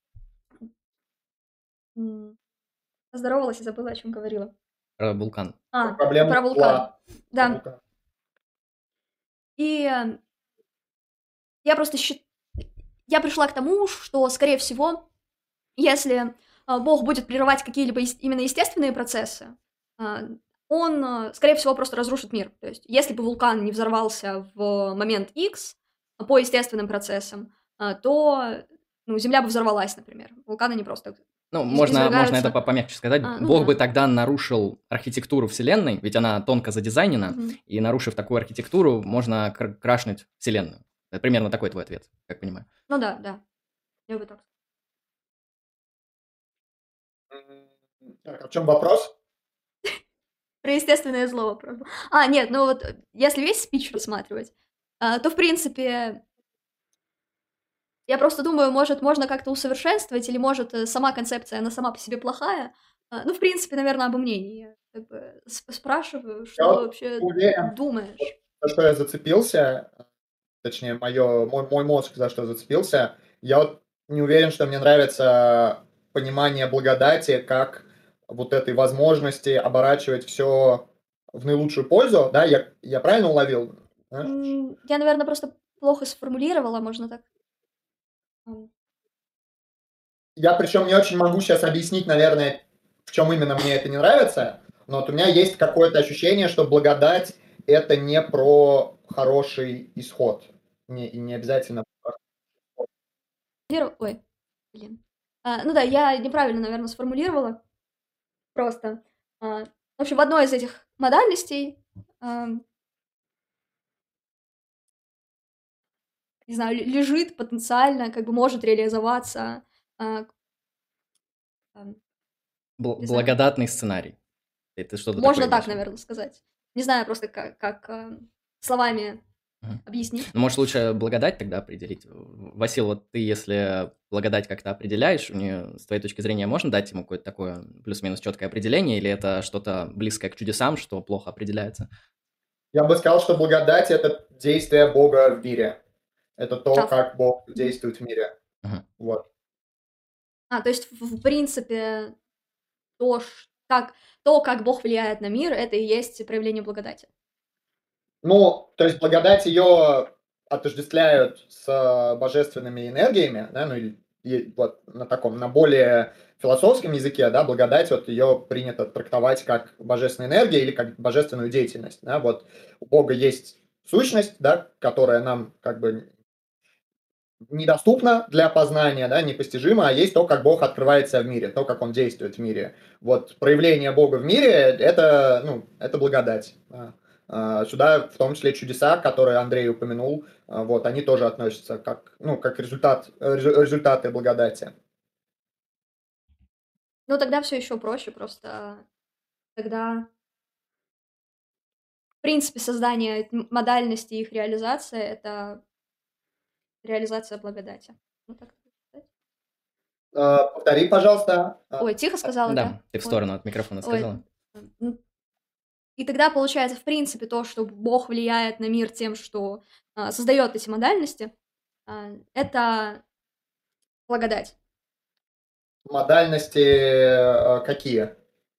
поздоровалась и забыла, о чем говорила. Про вулкан. Проблема про вулкан. зла. Да. И я просто я пришла к тому, что, скорее всего, если Бог будет прерывать какие-либо именно естественные процессы, он, скорее всего, просто разрушит мир. То есть, если бы вулкан не взорвался в момент X по естественным процессам, то Земля бы взорвалась, например. Вулканы не просто... Ну, можно это помягче сказать. Бог бы тогда нарушил архитектуру Вселенной, ведь она тонко задизайнена, и нарушив такую архитектуру, можно крашнуть Вселенную. Это примерно такой твой ответ, как понимаю. Ну да. Я бы так сказала. Так, а в чем вопрос? Про естественное зло вопрос. Нет, ну вот, если весь спич рассматривать, то, в принципе, я просто думаю, может, можно как-то усовершенствовать, или, может, сама концепция, она сама по себе плохая. В принципе, наверное, обо мнении. Я как бы спрашиваю, что ты вообще думаешь. За что я зацепился, точнее, мой мозг за что зацепился, я вот не уверен, что мне нравится понимание благодати как вот этой возможности оборачивать все в наилучшую пользу, да, я правильно уловил? Да? Я, наверное, просто плохо сформулировала, можно так. Ам, Я причем не очень могу сейчас объяснить, наверное, в чем именно мне это не нравится, но вот у меня есть какое-то ощущение, что благодать это не про хороший исход, и не обязательно. Ой, блин. Ну да, я неправильно, наверное, сформулировала. Просто. В общем, в одной из этих модальностей, не знаю, лежит потенциально, как бы может реализоваться, не знаю, Благодатный сценарий. Это что-то можно такое так, имеешь в виду? наверное, сказать. Не знаю просто, как словами Мгм. объяснить. Ну, может, лучше благодать тогда определить? Васил, вот ты, если благодать как-то определяешь, с твоей точки зрения, можно дать ему какое-то такое плюс-минус четкое определение, или это что-то близкое к чудесам, что плохо определяется? Я бы сказал, что благодать это действие Бога в мире. Это то, Прав. как Бог действует в мире. Мгм. Вот. То есть, в принципе, как Бог влияет на мир, это и есть проявление благодати. Ну, то есть благодать ее отождествляют с божественными энергиями, да, ну или вот на таком, на более философском языке, да, благодать, вот ее принято трактовать как божественная энергия или как божественную деятельность, да, вот у Бога есть сущность, да, которая нам как бы недоступна для познания, да, непостижима, а есть то, как Бог открывается в мире, то, как Он действует в мире. Вот проявление Бога в мире – это, ну, это благодать. Да. Сюда в том числе чудеса, которые Андрей упомянул, вот, они тоже относятся как, ну, как результаты благодати. Ну, тогда все еще проще, просто тогда, в принципе, создание модальности и их реализация — это реализация благодати. Ну, так сказать. Повтори, пожалуйста. Ой, тихо сказала, да? Да, ты в Ой, сторону от микрофона сказала. И тогда получается, в принципе, то, что Бог влияет на мир тем, что создает эти модальности, это благодать. Модальности какие?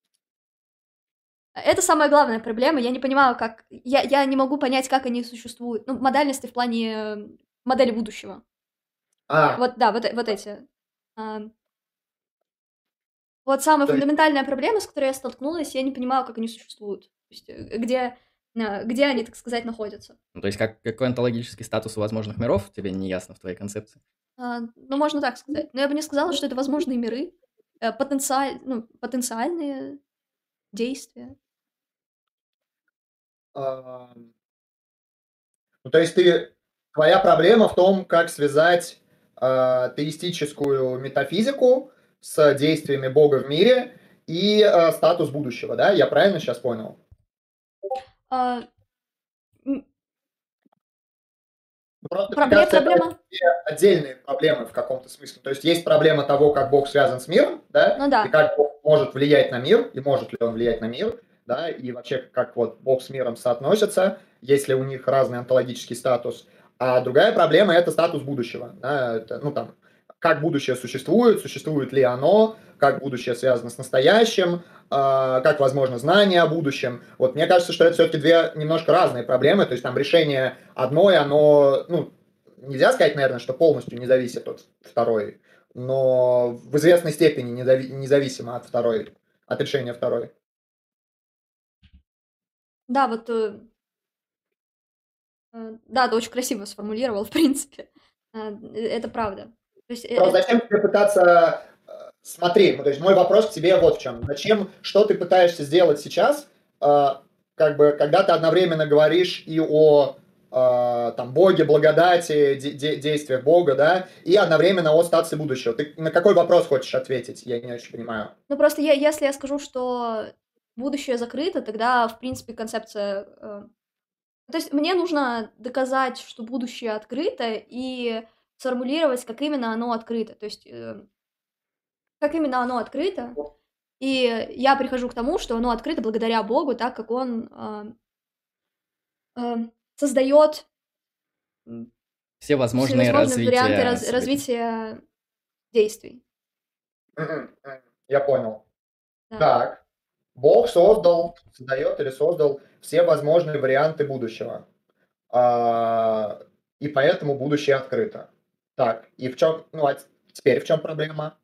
Это самая главная проблема. Я не понимаю, как... Я не могу понять, как они существуют. Ну, модальности в плане модели будущего. Вот, да, вот эти. Вот самая фундаментальная проблема, с которой я столкнулась, я не понимаю, как они существуют. То есть, где они, так сказать, находятся. Ну, то есть какой онтологический статус у возможных миров тебе не ясно в твоей концепции? Ну, можно так сказать. Но я бы не сказала, что это возможные миры, потенциальные действия. Ну, то есть твоя проблема в том, как связать теистическую метафизику с действиями Бога в мире и статус будущего, да? Я правильно сейчас понял? Просто, мне кажется, это отдельные проблемы в каком-то смысле. То есть есть проблема того, как Бог связан с миром, да, Ну да. и как Бог может влиять на мир, и может ли он влиять на мир, да, и вообще как вот Бог с миром соотносится, если у них разный онтологический статус. А другая проблема – это статус будущего. Да, это, ну, там, как будущее существует, существует ли оно, как будущее связано с настоящим, как возможно знание о будущем. Вот мне кажется, что это все-таки две немножко разные проблемы, то есть там решение одной, оно, ну, нельзя сказать, наверное, что полностью не зависит от второй, но в известной степени независимо от второй, от решения второй. Да, вот... Да, ты очень красиво сформулировал, в принципе. Это правда. То есть, Зачем тебе пытаться смотреть? Ну, то есть мой вопрос к тебе вот в чем. Зачем, что ты пытаешься сделать сейчас, как бы, когда ты одновременно говоришь и о там, Боге, благодати, действиях Бога, да, и одновременно о статусе будущего. Ты на какой вопрос хочешь ответить? Я не очень понимаю. Ну, просто если я скажу, что будущее закрыто, тогда, в принципе, концепция... То есть мне нужно доказать, что будущее открыто, и сформулировать, как именно оно открыто. То есть, как именно оно открыто. И я прихожу к тому, что оно открыто благодаря Богу, так как Он создает все возможные варианты развития. развития действий. Я понял. Да. Так. Бог создает или создал все возможные варианты будущего. И поэтому будущее открыто. Так, и в чем, а теперь в чем проблема?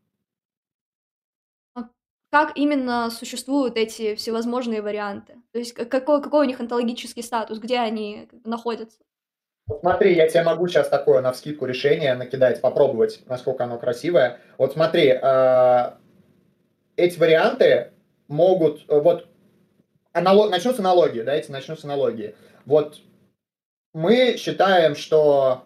Как именно существуют эти всевозможные варианты? То есть какой у них онтологический статус, где они находятся? Вот смотри, я тебе могу сейчас такое навскидку решение накидать, попробовать, насколько оно красивое. Вот смотри, эти варианты могут... Вот начну с аналогии, давайте начну с аналогии. Вот мы считаем, что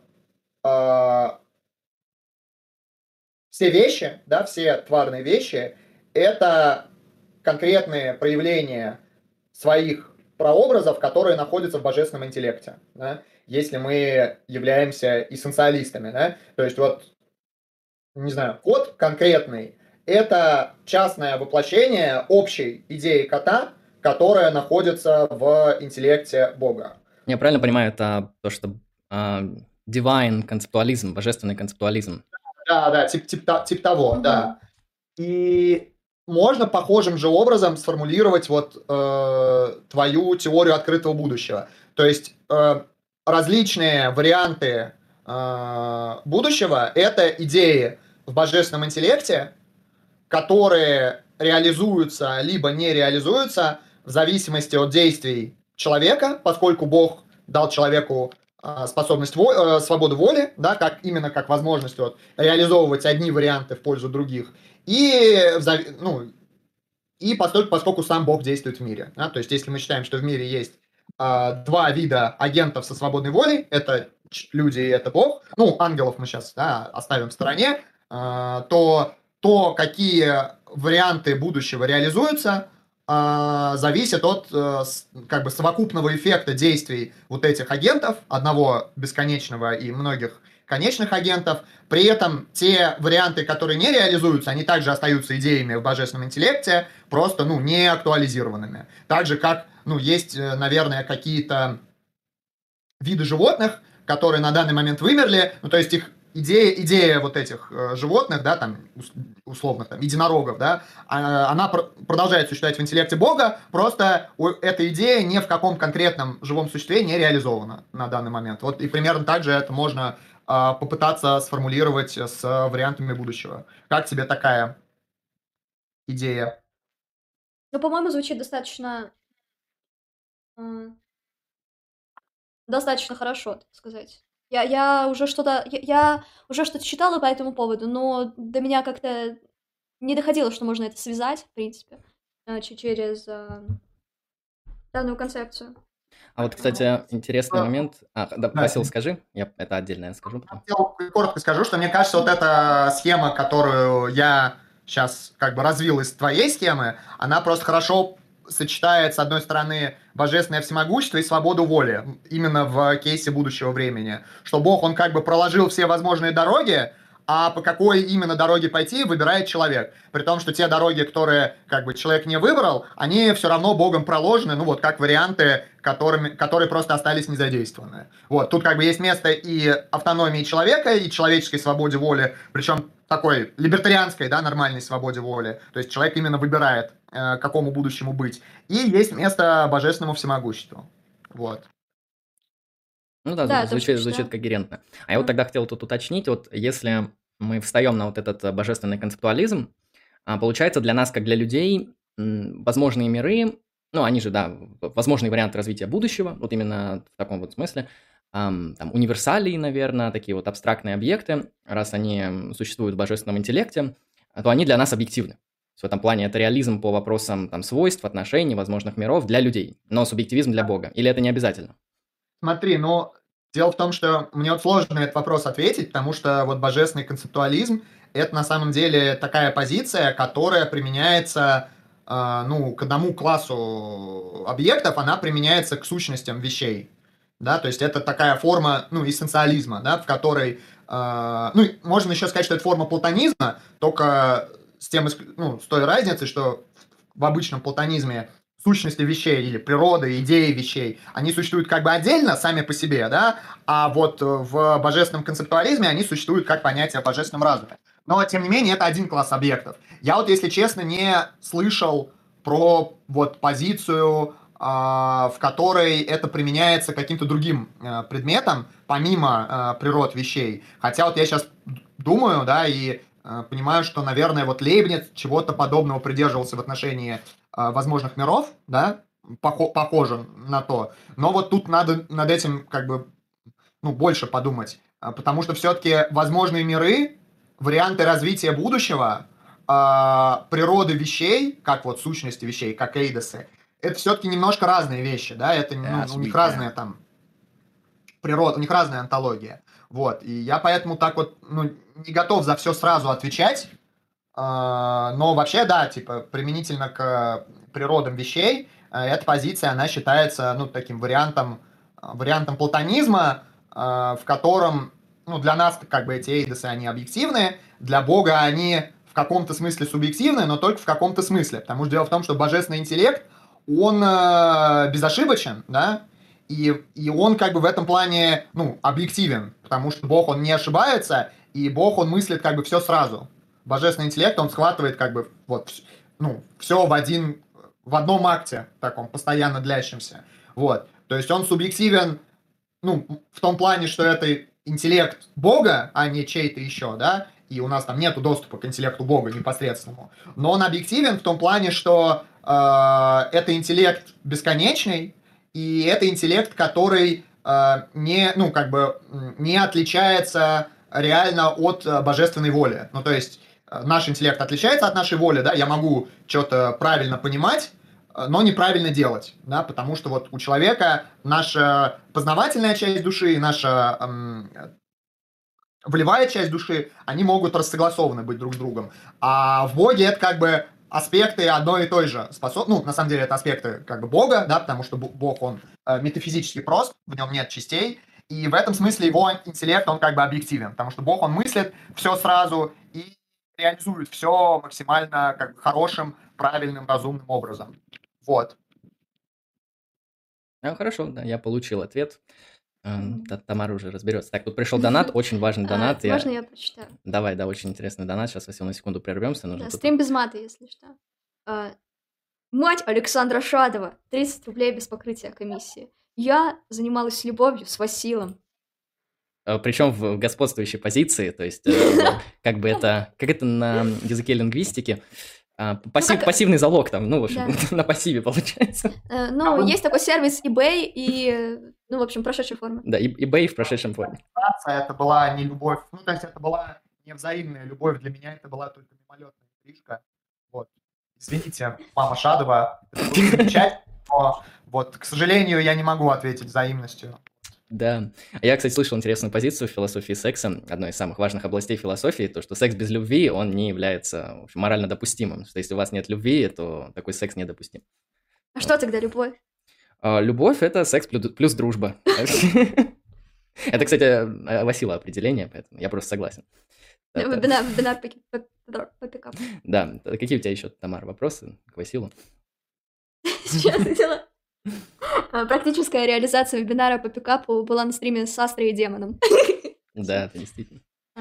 все вещи, да, все тварные вещи, это конкретные проявления своих прообразов, которые находятся в божественном интеллекте, да, если мы являемся эссенциалистами, да, то есть вот, не знаю, кот конкретный – это частное воплощение общей идеи кота, которая находится в интеллекте Бога. Я правильно понимаю, это то, что divine концептуализм, божественный концептуализм. Да, типа того, да. И можно похожим же образом сформулировать вот твою теорию открытого будущего. То есть различные варианты будущего – это идеи в божественном интеллекте, которые реализуются либо не реализуются в зависимости от действий человека, поскольку Бог дал человеку способность свободу воли, да, именно как возможность вот, реализовывать одни варианты в пользу других, и поскольку сам Бог действует в мире. Да, то есть если мы считаем, что в мире есть два вида агентов со свободной волей, это люди и это Бог, ангелов мы сейчас оставим в стороне, то какие варианты будущего реализуются, зависит от как бы совокупного эффекта действий вот этих агентов, одного бесконечного и многих конечных агентов. При этом те варианты, которые не реализуются, они также остаются идеями в божественном интеллекте, просто не актуализированными. Так же, как есть, наверное, какие-то виды животных, которые на данный момент вымерли, то есть их идея вот этих животных, да, там, условных, там, единорогов, да, она продолжает существовать в интеллекте Бога, просто эта идея ни в каком конкретном живом существе не реализована на данный момент. Вот и примерно так же это можно попытаться сформулировать с вариантами будущего. Как тебе такая идея? По-моему, звучит достаточно хорошо, так сказать. Я уже что-то читала по этому поводу, но до меня как-то не доходило, что можно это связать, в принципе, через данную концепцию. А вот, кстати, интересный момент. Да, Васил, скажи, я это отдельно скажу потом. Я коротко скажу, что мне кажется, вот эта схема, которую я сейчас как бы развил из твоей схемы, она просто хорошо сочетает, с одной стороны, божественное всемогущество и свободу воли, именно в кейсе будущего времени. Что Бог, он как бы проложил все возможные дороги, а по какой именно дороге пойти, выбирает человек. При том, что те дороги, которые как бы человек не выбрал, они все равно Богом проложены, как варианты, которые просто остались незадействованы. Вот, тут как бы есть место и автономии человека, и человеческой свободе воли, причем такой либертарианской, да, нормальной свободе воли. То есть человек именно выбирает, какому будущему быть. И есть место божественному всемогуществу. Вот. Да, звучит когерентно. А я вот тогда хотел тут уточнить, вот если мы встаем на вот этот божественный концептуализм, получается для нас, как для людей, возможные миры, они же, да, возможные варианты развития будущего, вот именно в таком вот смысле, там, универсалии, наверное, такие вот абстрактные объекты, раз они существуют в божественном интеллекте, то они для нас объективны. В этом плане это реализм по вопросам там, свойств, отношений, возможных миров для людей, но субъективизм для Бога. Или это не обязательно? Смотри, дело в том, что мне вот сложно на этот вопрос ответить, потому что вот божественный концептуализм – это на самом деле такая позиция, которая применяется к одному классу объектов, она применяется к сущностям вещей. Да, то есть это такая форма, эссенциализма, да, в которой, можно еще сказать, что это форма платонизма, только с той разницей, что в обычном платонизме сущности вещей или природы, идеи вещей, они существуют как бы отдельно, сами по себе, да, а вот в божественном концептуализме они существуют как понятие о божественном разуме. Но, тем не менее, это один класс объектов. Я вот, если честно, не слышал про вот позицию, в которой это применяется каким-то другим предметом, помимо природ вещей. Хотя вот я сейчас думаю, да, и понимаю, что, наверное, вот Лейбниц чего-то подобного придерживался в отношении возможных миров, да, похоже на то. Но вот тут надо над этим как бы, ну, больше подумать. Потому что все-таки возможные миры, варианты развития будущего, природы вещей, как вот сущности вещей, как эйдосы, это все-таки немножко разные вещи, да, это у них разная там природа, у них разная онтология. Вот, и я поэтому так вот, ну, не готов за все сразу отвечать, но вообще, да, типа, применительно к природам вещей, эта позиция, она считается, ну, таким вариантом платонизма, в котором, ну, для нас, как бы, эти эйдосы, они объективные, для Бога они в каком-то смысле субъективны, но только в каком-то смысле, потому что дело в том, что божественный интеллект, он безошибочен, да, и он как бы в этом плане, ну, объективен, потому что Бог, он не ошибается, и Бог, он мыслит как бы все сразу. Божественный интеллект, он схватывает как бы вот, ну, все в одном акте, таком постоянно длящемся. Вот. То есть он субъективен, ну, в том плане, что это интеллект Бога, а не чей-то еще, да, и у нас там нету доступа к интеллекту Бога непосредственному. Но он объективен в том плане, что это интеллект бесконечный, и это интеллект, который не, ну, как бы, не отличается реально от божественной воли. Ну, то есть наш интеллект отличается от нашей воли, да, я могу что-то правильно понимать, но неправильно делать, да, потому что вот у человека наша познавательная часть души и наша волевая часть души, они могут рассогласованы быть друг с другом. А в Боге это как бы аспекты одной и той же способности. Ну, на самом деле, это аспекты как бы Бога, да, потому что Бог, он метафизически прост, в нем нет частей, и в этом смысле его интеллект, он как бы объективен, потому что Бог, он мыслит все сразу и реализует все максимально как бы хорошим, правильным, разумным образом. Вот. Хорошо, да, я получил ответ. Тамара уже разберется. Так, тут пришел донат, очень важный донат. Можно я прочитаю? Давай, да, очень интересный донат. Сейчас, Васил, на секунду прервемся. Да, стрим без мата, если что. Мать Александра Шадова, 30 рублей без покрытия комиссии. Я занималась любовью с Василом. Причем в господствующей позиции, то есть как бы это, как это на языке лингвистики, пассивный залог там, ну, в общем, на пассиве получается. Ну, есть такой сервис eBay и, ну, в общем, прошедшей форме. Да, eBay в прошедшем форме. Это была не любовь, ну, то есть это была не взаимная любовь, для меня это была только мимолетная интрижка. Вот. Извините, мама Шадова, это было замечательно, но вот, к сожалению, я не могу ответить взаимностью. Да. Я, кстати, слышал интересную позицию в философии секса, одной из самых важных областей философии, то, что секс без любви, он не является, в общем, морально допустимым. Что если у вас нет любви, то такой секс недопустим. А что тогда любовь? Любовь – это секс плюс дружба. Это, кстати, Васила определение, поэтому я просто согласен. Вебинар по пикапу. Да. Какие у тебя еще, Тамара, вопросы к Василу? Сейчас хотела... Практическая реализация вебинара по пикапу была на стриме с Астрой и Демоном. Да, это действительно.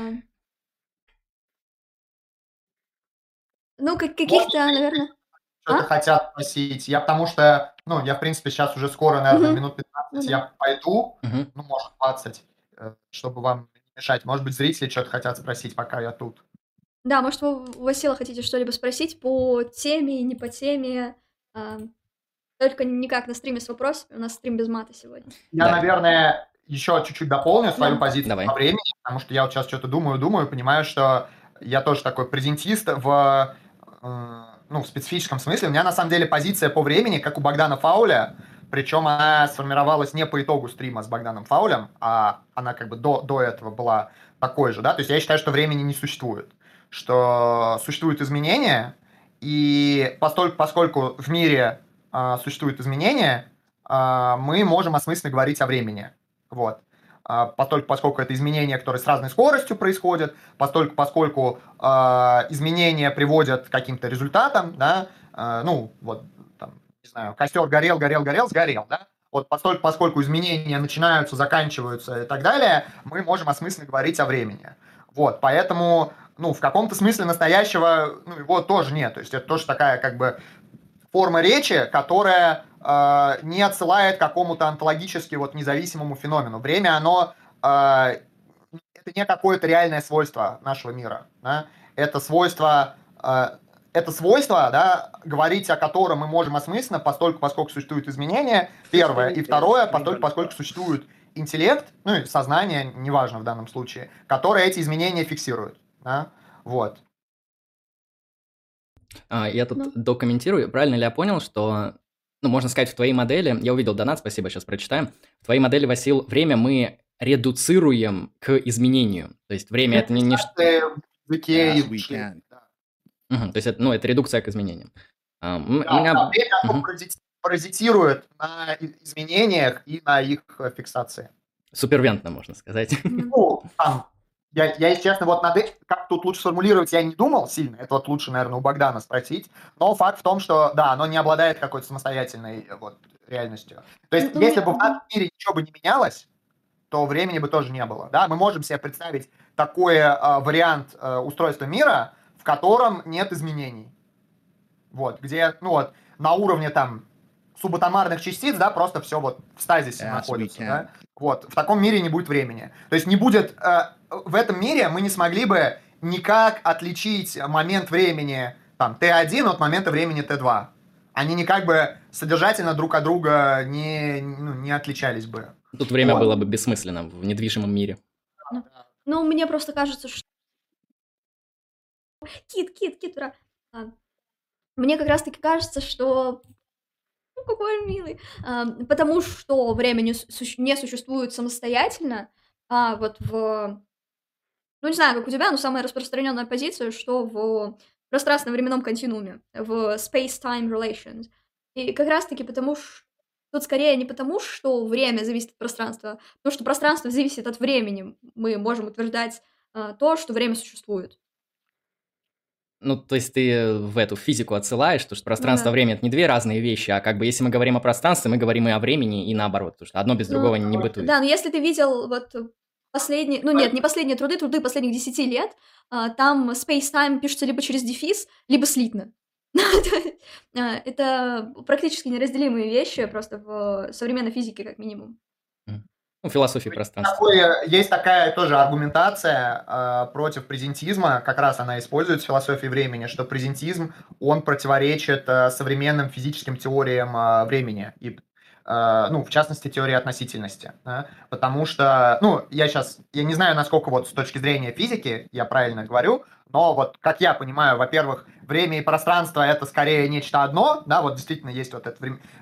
Ну, каких-то, наверное... Что-то хотят спросить. Я потому что, ну, я, в принципе, сейчас уже скоро, наверное, минут 15 я пойду, ну, может, 20, чтобы вам не мешать. Может быть, зрители что-то хотят спросить, пока я тут. Да, может, вы у Васила хотите что-либо спросить по теме, не по теме... Только никак на стриме с вопросами. У нас стрим без мата сегодня. Я, наверное, еще чуть-чуть дополню свою позицию по времени, потому что я вот сейчас что-то думаю, понимаю, что я тоже такой презентист в специфическом смысле. У меня, на самом деле, позиция по времени, как у Богдана Фауля, причем она сформировалась не по итогу стрима с Богданом Фаулем, а она как бы до этого была такой же, да, то есть я считаю, что времени не существует, что существуют изменения, и поскольку в мире существуют изменения, мы можем осмысленно говорить о времени. Вот. Поскольку это изменения, которые с разной скоростью происходят, поскольку изменения приводят к каким-то результатам, да, ну, вот, там, не знаю, костер горел, сгорел, да, вот поскольку изменения начинаются, заканчиваются и так далее, мы можем осмысленно говорить о времени. Вот, поэтому в каком-то смысле настоящего, его тоже нет. То есть это тоже такая как бы форма речи, которая не отсылает к какому-то онтологически независимому феномену. Время, оно это не какое-то реальное свойство нашего мира. Да? Это свойство, да, говорить о котором мы можем осмысленно, поскольку существуют изменения, первое. И второе, поскольку существует интеллект, и сознание, неважно в данном случае, которое эти изменения фиксирует. Да? Вот. Я тут докомментирую. Правильно ли я понял, что, можно сказать, в твоей модели, я увидел донат, спасибо, сейчас прочитаем. В твоей модели, Васил, время мы редуцируем к изменению. То есть время это не... То есть это редукция к изменениям. Время паразитирует на изменениях и на их фиксации. Супервентно, можно сказать. Я, если честно, как тут лучше сформулировать, я не думал сильно. Это лучше, наверное, у Богдана спросить. Но факт в том, что, да, оно не обладает какой-то самостоятельной реальностью. То есть, если бы в нашем мире ничего бы не менялось, то времени бы тоже не было. Да? Мы можем себе представить такой вариант устройства мира, в котором нет изменений. Где, на уровне субатомарных частиц, да, просто все в стазисе находится. Да? В таком мире не будет времени. То есть не будет... в этом мире мы не смогли бы никак отличить момент времени Т1 от момента времени Т2. Они никак бы содержательно друг от друга не отличались бы. Тут время было бы бессмысленно в недвижимом мире. Мне просто кажется, что... Кит, ура! Мне как раз-таки кажется, что... какой он милый. Потому что время не существует самостоятельно, не знаю, как у тебя, но самая распространенная позиция, что в пространственно-временном континууме, в space-time relations. И как раз-таки потому что... Тут скорее не потому, что время зависит от пространства, потому что пространство зависит от времени. Мы можем утверждать то, что время существует. То есть ты в эту физику отсылаешь, что пространство и время – это не две разные вещи, а если мы говорим о пространстве, мы говорим и о времени, и наоборот, потому что одно без другого не бытует. Да, но если ты видел последние, не последние труды последних 10 лет, там space-time пишется либо через дефис, либо слитно. Это практически неразделимые вещи, просто в современной физике как минимум. Философии пространства. Есть такая тоже аргументация против презентизма, как раз она используется в философии времени, что презентизм, он противоречит современным физическим теориям времени, и, в частности, теории относительности. Да? Потому что, я не знаю, насколько с точки зрения физики я правильно говорю, но как я понимаю, во-первых, время и пространство – это скорее нечто одно, да, действительно есть этот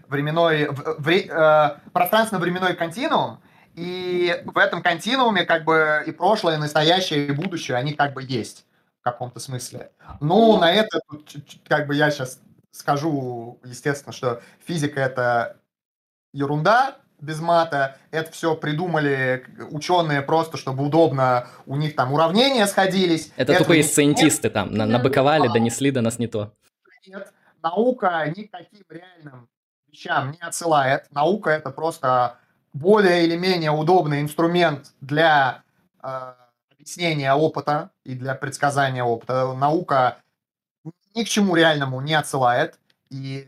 пространственно-временной континуум, и в этом континууме и прошлое, и настоящее, и будущее, они есть в каком-то смысле. На это я сейчас скажу, естественно, что физика – это ерунда без мата, это все придумали ученые просто, чтобы удобно, у них уравнения сходились. Это тупые сциентисты набыковали, донесли до нас не то. Нет, наука ни к каким реальным вещам не отсылает. Наука – это просто более или менее удобный инструмент для объяснения опыта и для предсказания опыта. Наука ни к чему реальному не отсылает. И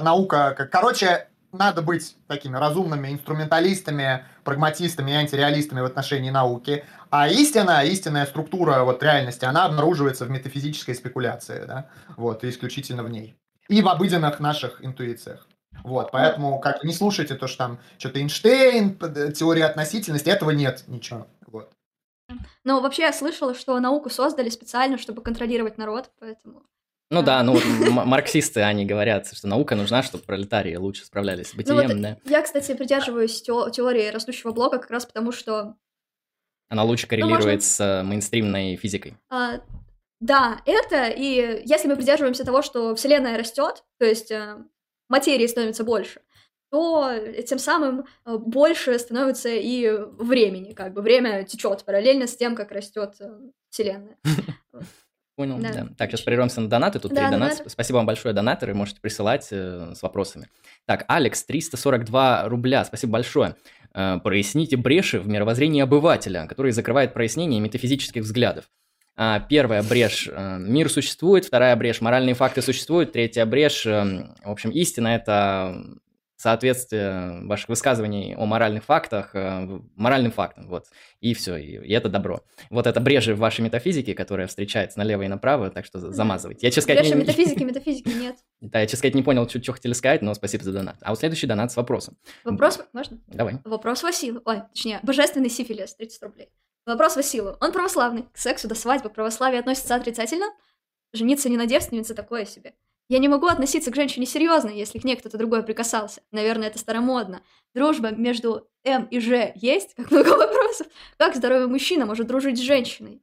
надо быть такими разумными инструменталистами, прагматистами и антиреалистами в отношении науки. А истинная структура реальности, она обнаруживается в метафизической спекуляции, да? И исключительно в ней. И в обыденных наших интуициях. Поэтому не слушайте то, что что-то Эйнштейн, теория относительности, этого нет ничего. Вообще я слышала, что науку создали специально, чтобы контролировать народ, поэтому... Марксисты, они говорят, что наука нужна, чтобы пролетарии лучше справлялись с бытием, да. Я, кстати, придерживаюсь теории растущего блока как раз потому, что... Она лучше коррелирует с мейнстримной физикой. Да, это, и если мы придерживаемся того, что Вселенная растет, то есть материи становится больше, то тем самым больше становится и времени, время течет параллельно с тем, как растет Вселенная. Понял, да. Так, сейчас прервемся на донаты. Тут 3 доната. Спасибо вам большое, донаторы. Можете присылать с вопросами. Так, Алекс, 342 рубля. Спасибо большое. Проясните бреши в мировоззрении обывателя, которые закрывают прояснение метафизических взглядов. Первая брешь мир существует, вторая брешь моральные факты существуют, третья брешь, в общем, истина – это соответствие ваших высказываний о моральных фактах моральным фактам, вот, и все, и это добро. Вот это брежи в вашей метафизике, которая встречается налево и направо, так что замазывайте. Я, честно сказать, метафизики нет. Да, я, честно сказать, не понял, что хотели сказать, но спасибо за донат. А вот следующий донат с вопросом. Вопрос, можно? Давай. Вопрос Василу, точнее, божественный сифилис, 30 рублей. Вопрос Василу. Он православный, к сексу до свадьбы православие относится отрицательно? Жениться не на девственнице такое себе. Я не могу относиться к женщине серьезно, если к ней кто-то другой прикасался. Наверное, это старомодно. Дружба между М и Ж есть? Как много вопросов. Как здоровый мужчина может дружить с женщиной?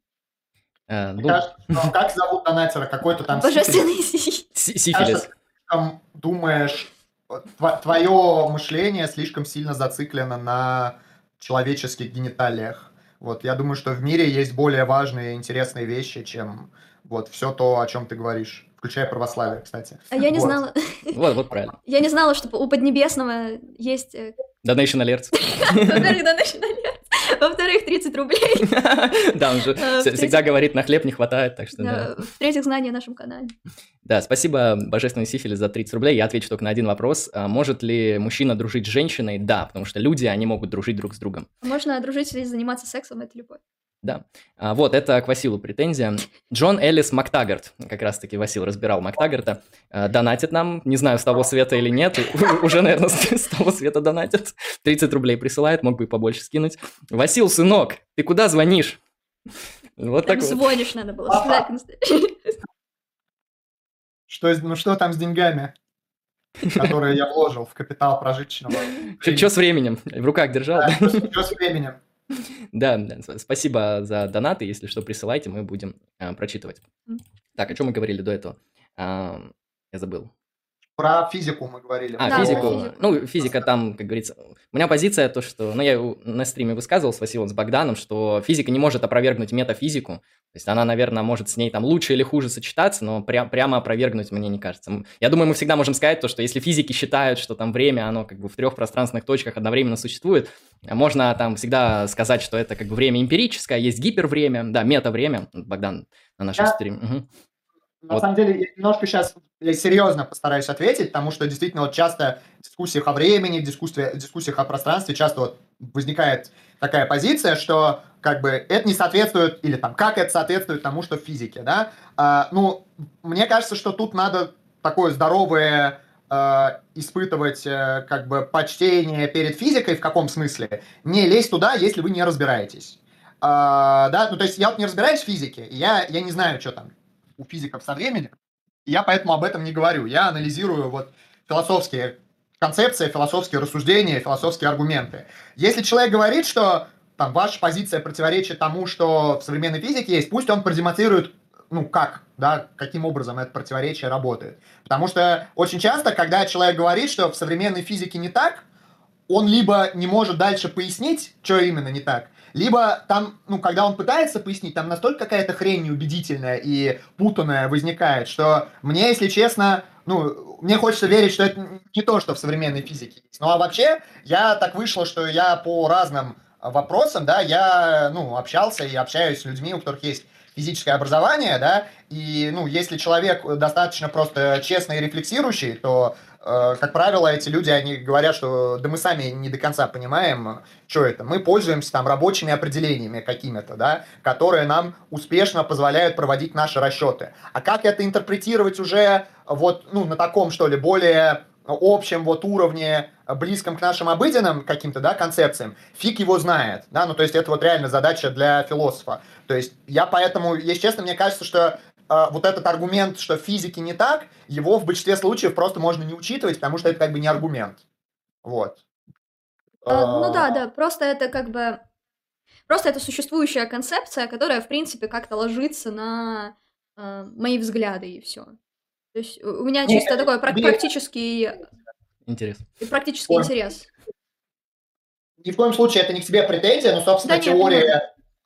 Как зовут донатера? Какой-то там божественный сифилис. Думаешь, твое мышление слишком сильно зациклено на человеческих гениталиях. Вот, я думаю, что в мире есть более важные и интересные вещи, чем вот все то, о чем ты говоришь. Включая православие, кстати. А я не знала. Вот правильно. Я не знала, что у Поднебесного есть... Donation Alerts. Во-первых, Donation Alerts. Во-вторых, 30 рублей. Да, он же всегда говорит, на хлеб не хватает, так что да. В-третьих, знания о нашем канале. Да, спасибо, Божественный Сифилис, за 30 рублей. Я отвечу только на один вопрос. Может ли мужчина дружить с женщиной? Да, потому что люди, они могут дружить друг с другом. Можно дружить и заниматься сексом, это любовь. Да. Вот, это к Василу претензия. Джон Эллис Мактагарт, как раз-таки Васил разбирал Мактагарта, донатит нам, не знаю, с того света или нет, уже, наверное, с того света донатит. 30 рублей присылает, мог бы и побольше скинуть. Васил, сынок, ты куда звонишь? Вот так вот. Звонишь надо было. Что там с деньгами, которые я вложил в капитал прожиточного? Что с временем? В руках держал? Что с временем? Да, спасибо за донаты, если что, присылайте, мы будем прочитывать. Так, о чем мы говорили до этого? Я забыл. Про физику мы говорили. Физику. Ну, физика там, как говорится... У меня позиция то, что... Ну, я на стриме высказывал с Василием, с Богданом, что физика не может опровергнуть метафизику. То есть она, наверное, может с ней там лучше или хуже сочетаться, но прямо опровергнуть мне не кажется. Я думаю, мы всегда можем сказать то, что если физики считают, что там время, оно как бы в 3 пространственных точках одновременно существует, можно там всегда сказать, что это как бы время эмпирическое, есть гипервремя, да, метавремя. Богдан на нашем стриме. Угу. На самом деле, я немножко сейчас серьезно постараюсь ответить, потому что действительно вот часто в дискуссиях о времени, в дискуссиях о пространстве часто вот возникает такая позиция, что как бы это не соответствует, или там как это соответствует тому, что в физике, да. Мне кажется, что тут надо такое здоровое испытывать как бы почтение перед физикой, в каком смысле? Не лезть туда, если вы не разбираетесь. Да, ну то есть я вот не разбираюсь в физике, и я не знаю, что там у физиков со временем, и я поэтому об этом не говорю. Я анализирую вот философские концепции, философские рассуждения, философские аргументы. Если человек говорит, что там ваша позиция противоречит тому, что в современной физике есть, пусть он продемонстрирует, ну как, да, каким образом это противоречие работает. Потому что очень часто, когда человек говорит, что в современной физике не так, он либо не может дальше пояснить, что именно не так, либо там, ну, когда он пытается пояснить, там настолько какая-то хрень неубедительная и путанная возникает, что мне, если честно, ну, мне хочется верить, что это не то, что в современной физике есть. Ну, а вообще, я так вышло, что я по разным вопросам, да, я, ну, общался и общаюсь с людьми, у которых есть физическое образование, да, и, ну, если человек достаточно просто честный и рефлексирующий, то, как правило, эти люди, они говорят, что да мы сами не до конца понимаем, что это. Мы пользуемся там рабочими определениями какими-то, да, которые нам успешно позволяют проводить наши расчеты. А как это интерпретировать уже вот, ну, на таком, что ли, более общем вот уровне, близком к нашим обыденным каким-то, да, концепциям, фиг его знает, да, ну, то есть это вот реально задача для философа. То есть я поэтому, если честно, мне кажется, что вот этот аргумент, что в физике не так, его в большинстве случаев просто можно не учитывать, потому что это как бы не аргумент. Вот. Ну да, просто это как бы... Просто это существующая концепция, которая, в принципе, как-то ложится на мои взгляды, и все. То есть у меня чисто такой практический интерес. Практический интерес. Ни в коем случае это не к себе претензия, но, собственно, Да, теория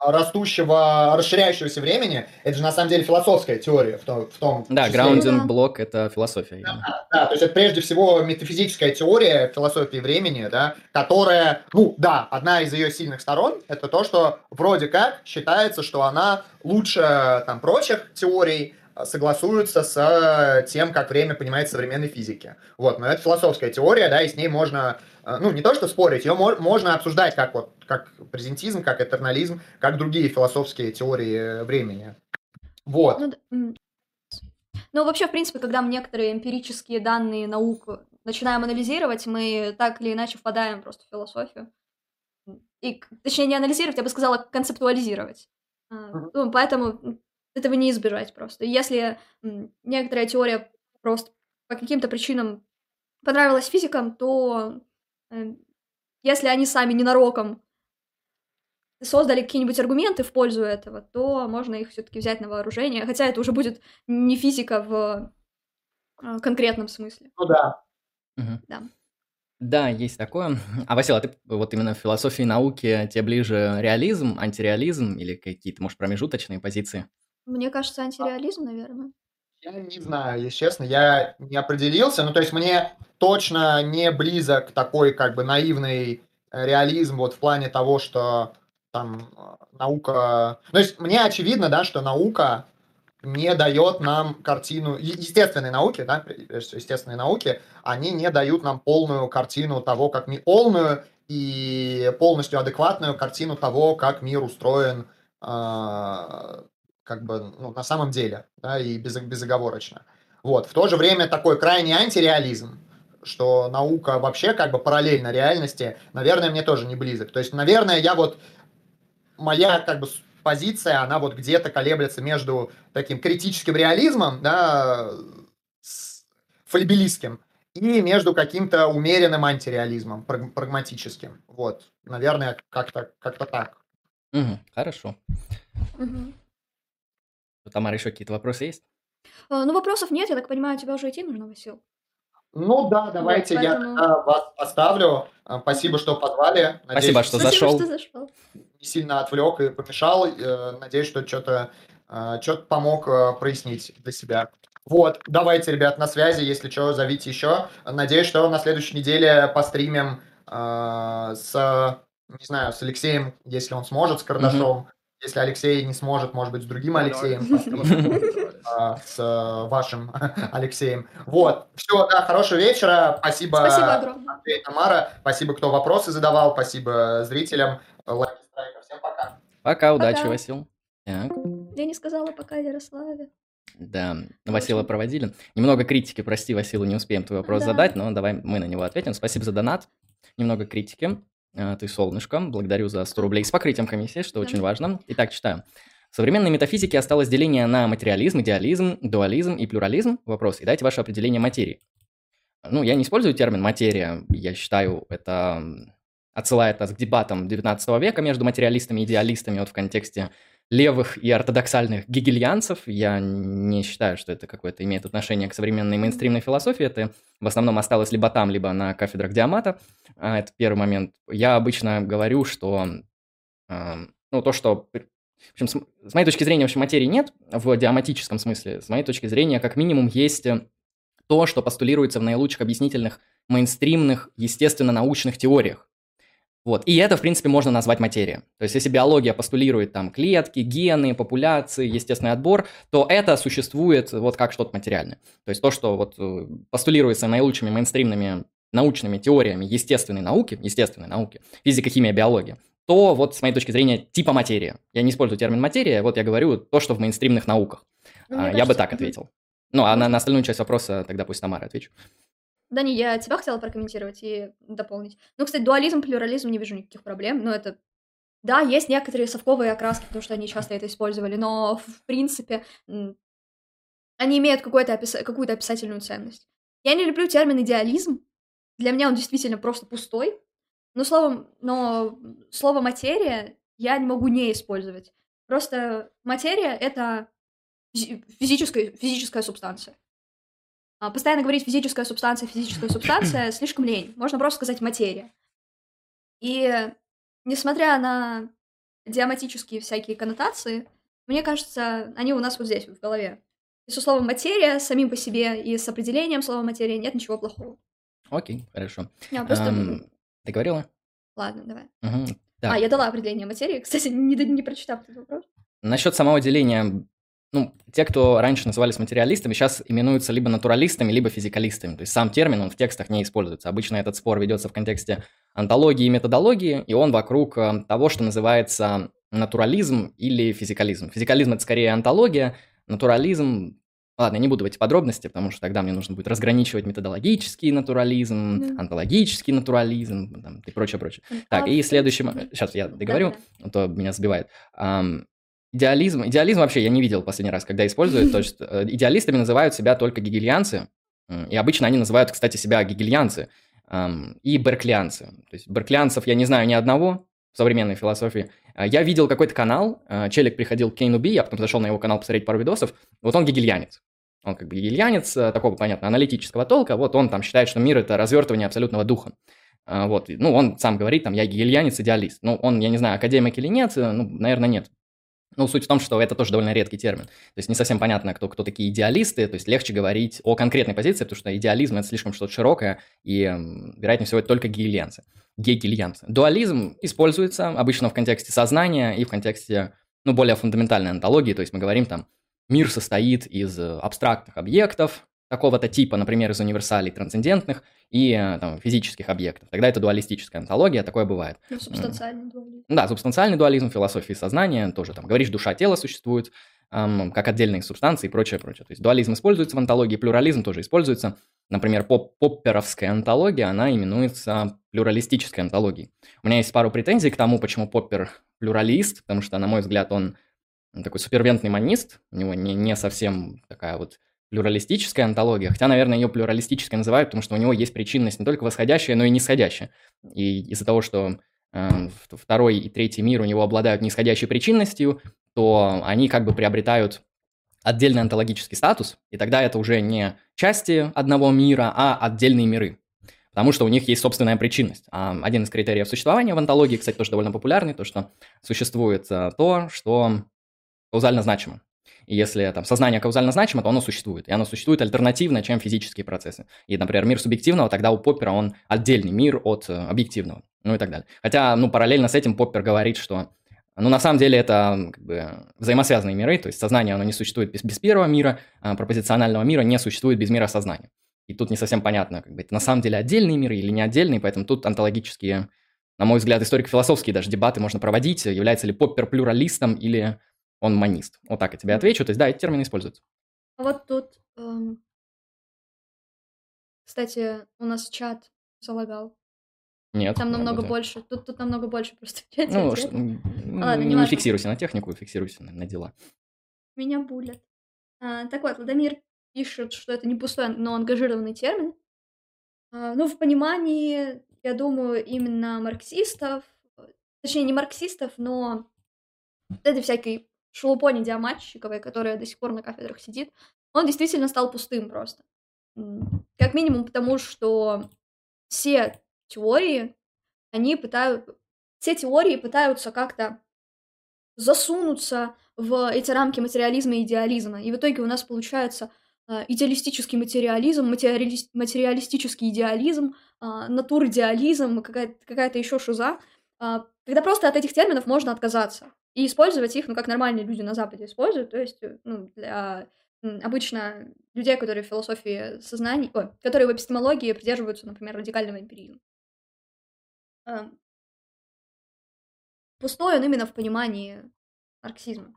растущего, расширяющегося времени, это же на самом деле философская теория в том Да, числе. grounding блок — это философия. Да, то есть это прежде всего метафизическая теория философии времени, да, которая, одна из ее сильных сторон, это то, что вроде как считается, что она лучше там прочих теорий согласуется с тем, как время понимается в современной физике. Вот, но это философская теория, да, и с ней можно, не то что спорить, ее можно обсуждать как презентизм, как этернализм, как другие философские теории времени. Вот. Ну, вообще, в принципе, когда мы некоторые эмпирические данные наук начинаем анализировать, мы так или иначе впадаем просто в философию. Точнее, не анализировать, я бы сказала, концептуализировать. Поэтому этого не избежать просто. Если некоторая теория просто по каким-то причинам понравилась физикам, то если они сами ненароком создали какие-нибудь аргументы в пользу этого, то можно их все-таки взять на вооружение, хотя это уже будет не физика в конкретном смысле. Ну да. Да. Да, есть такое. А, Васил, а ты вот именно в философии науки тебе ближе реализм, антиреализм или какие-то, может, промежуточные позиции? Мне кажется, антиреализм, наверное. Я не знаю, если честно, я не определился. То есть мне точно не близок такой как бы наивный реализм вот в плане того, что там наука... То есть мне очевидно, да, что наука не дает нам картину... Естественные науки, да, естественные науки, они не дают нам полную картину того, как полную и полностью адекватную картину того, как мир устроен как бы на самом деле, да, и безоговорочно. Вот. В то же время такой крайний антиреализм, что наука вообще как бы параллельно реальности, наверное, мне тоже не близок. То есть, наверное, моя как бы позиция, она вот где-то колеблется между таким критическим реализмом, да, фальбилистским, и между каким-то умеренным антиреализмом, прагматическим. Вот, наверное, как-то так. Хорошо. Тамара, еще какие-то вопросы есть? Вопросов нет, я так понимаю, тебя уже идти нужно, Васил. Ну да, давайте я вас оставлю. Спасибо, что позвали. Спасибо, что зашел. Не сильно отвлек и помешал. Надеюсь, что что-то помог прояснить для себя. Вот, давайте, ребят, на связи. Если что, зовите еще. Надеюсь, что на следующей неделе постримим с Алексеем, если он сможет, с Кардашом. Если Алексей не сможет, может быть, с другим Алексеем, с вашим Алексеем. Вот. Все, да, хорошего вечера. Спасибо огромное. Андрей, Тамара. Спасибо, кто вопросы задавал. Спасибо зрителям. Лайки, страйка. Всем пока. Пока, удачи, Васил. Так. Я не сказала пока Ярославе. Да, Васила проводили. Немного критики, прости, Василу, не успеем твой вопрос задать, но давай мы на него ответим. Спасибо за донат. Немного критики. Ты солнышко. Благодарю за 100 рублей с покрытием комиссии, что очень важно. Итак, читаю. В современной метафизике осталось деление на материализм, идеализм, дуализм и плюрализм. Вопрос. И дайте ваше определение материи. Я не использую термин «материя». Я считаю, это отсылает нас к дебатам 19 века между материалистами и идеалистами вот в контексте левых и ортодоксальных гегельянцев. Я не считаю, что это какое-то имеет отношение к современной мейнстримной философии. Это в основном осталось либо там, либо на кафедрах Диамата. Это первый момент. Я обычно говорю, что то, что... В общем, с моей точки зрения, в общем, материи нет в диаматическом смысле. С моей точки зрения, как минимум, есть то, что постулируется в наилучших объяснительных мейнстримных естественно-научных теориях. Вот. И это, в принципе, можно назвать материей. То есть, если биология постулирует там клетки, гены, популяции, естественный отбор, то это существует вот как что-то материальное. То есть, то, что вот постулируется наилучшими мейнстримными научными теориями естественной науки, физика, химия, биология, то вот с моей точки зрения типа материя. Я не использую термин материя, вот я говорю то, что в мейнстримных науках. Я бы так ответил. А на остальную часть вопроса тогда пусть Тамара отвечу. Да не, я тебя хотела прокомментировать и дополнить. Кстати, дуализм, плюрализм, не вижу никаких проблем, это... Да, есть некоторые совковые окраски, потому что они часто это использовали, но, в принципе, они имеют какую-то описательную ценность. Я не люблю термин «идеализм». Для меня он действительно просто пустой. Но слово «материя» я не могу не использовать. Просто материя — это физическая субстанция. Постоянно говорить физическая субстанция слишком лень. Можно просто сказать материя. И несмотря на диаматические всякие коннотации, мне кажется, они у нас вот здесь, вот в голове. И со словом «материя» самим по себе и с определением слова «материя» нет ничего плохого. Окей, хорошо. Я просто... Ты говорила? Ладно, давай. Так, я дала определение материи, кстати, не прочитав этот вопрос. насчет самого деления, те, кто раньше назывались материалистами, сейчас именуются либо натуралистами, либо физикалистами. То есть сам термин, он в текстах не используется. Обычно этот спор ведется в контексте онтологии и методологии, и он вокруг того, что называется натурализм или физикализм. Физикализм – это скорее онтология, натурализм... Ладно, я не буду в эти подробности, потому что тогда мне нужно будет разграничивать методологический натурализм, онтологический натурализм и прочее. Так, и следующим... Сейчас я договорю, а то меня сбивает. Идеализм вообще я не видел последний раз, когда используют. То есть идеалистами называют себя только гегельянцы, и обычно они называют, кстати, себя гегельянцы и берклианцы. То есть берклианцев я не знаю ни одного в современной философии. Я видел какой-то канал, челик приходил к Кейну Би, я потом зашел на его канал посмотреть пару видосов, вот он гегельянец. Он как бы гегельянец такого, понятно, аналитического толка, вот он там считает, что мир – это развертывание абсолютного духа. Вот, он сам говорит, там, я гегельянец-идеалист. Он, я не знаю, академик или нет, наверное, нет. Суть в том, что это тоже довольно редкий термин. То есть не совсем понятно, кто такие идеалисты, то есть легче говорить о конкретной позиции, потому что идеализм – это слишком что-то широкое, и, вероятнее всего, это только гегельянцы. Дуализм используется обычно в контексте сознания и в контексте, более фундаментальной онтологии, то есть мы говорим там, мир состоит из абстрактных объектов такого-то типа, например, из универсалей трансцендентных и там, физических объектов. Тогда это дуалистическая онтология, такое бывает. Субстанциальный дуализм. Да, субстанциальный дуализм в философии сознания тоже там, говоришь, душа-тело существует, как отдельные субстанции и прочее. То есть дуализм используется в онтологии, плюрализм тоже используется. Например, попперовская онтология, она именуется плюралистической онтологией. У меня есть пару претензий к тому, почему Поппер плюралист, потому что, на мой взгляд, он такой супервентный монист, у него не совсем такая вот плюралистическая онтология, хотя, наверное, ее плюралистической называют, потому что у него есть причинность не только восходящая, но и нисходящая. И из-за того, что второй и третий мир у него обладают нисходящей причинностью, то они как бы приобретают отдельный онтологический статус, и тогда это уже не части одного мира, а отдельные миры, потому что у них есть собственная причинность. Один из критериев существования в онтологии, кстати, тоже довольно популярный, то, что существует то, что каузально значимо. И если там сознание каузально значимо, то оно существует. И оно существует альтернативно, чем физические процессы. И, например, мир субъективного, тогда у Поппера он отдельный мир от объективного. И так далее. Хотя, параллельно с этим Поппер говорит, что, на самом деле это как бы взаимосвязанные миры, то есть сознание, оно не существует без первого мира, а пропозиционального мира не существует без мира сознания. И тут не совсем понятно, как бы это на самом деле отдельные миры или не отдельные, поэтому тут онтологические, на мой взгляд, историко-философские даже дебаты можно проводить, является ли Поппер плюралистом или он монист. Вот так я тебе отвечу, то есть да, эти термины используются. А вот тут, кстати, у нас чат залагал. Нет. Там намного больше. Тут намного больше просто в чате. Ладно, не фиксируйся на технику, фиксируйся на дела. Меня булят. Так вот, Владимир пишет, что это не пустой, но ангажированный термин. В понимании, я думаю, именно марксистов, точнее, не марксистов, но этой всякой шелупони диаматчиковой, которая до сих пор на кафедрах сидит, он действительно стал пустым просто. Как минимум потому, что все теории пытаются как-то засунуться в эти рамки материализма и идеализма. И в итоге у нас получается идеалистический материализм, материалистический идеализм, натур-идеализм, какая-то еще шиза. Когда просто от этих терминов можно отказаться и использовать их, как нормальные люди на Западе используют, то есть, для обычно людей, которые в философии сознания, которые в эпистемологии придерживаются, например, радикального эмпиризма. Пустой он именно в понимании марксизма.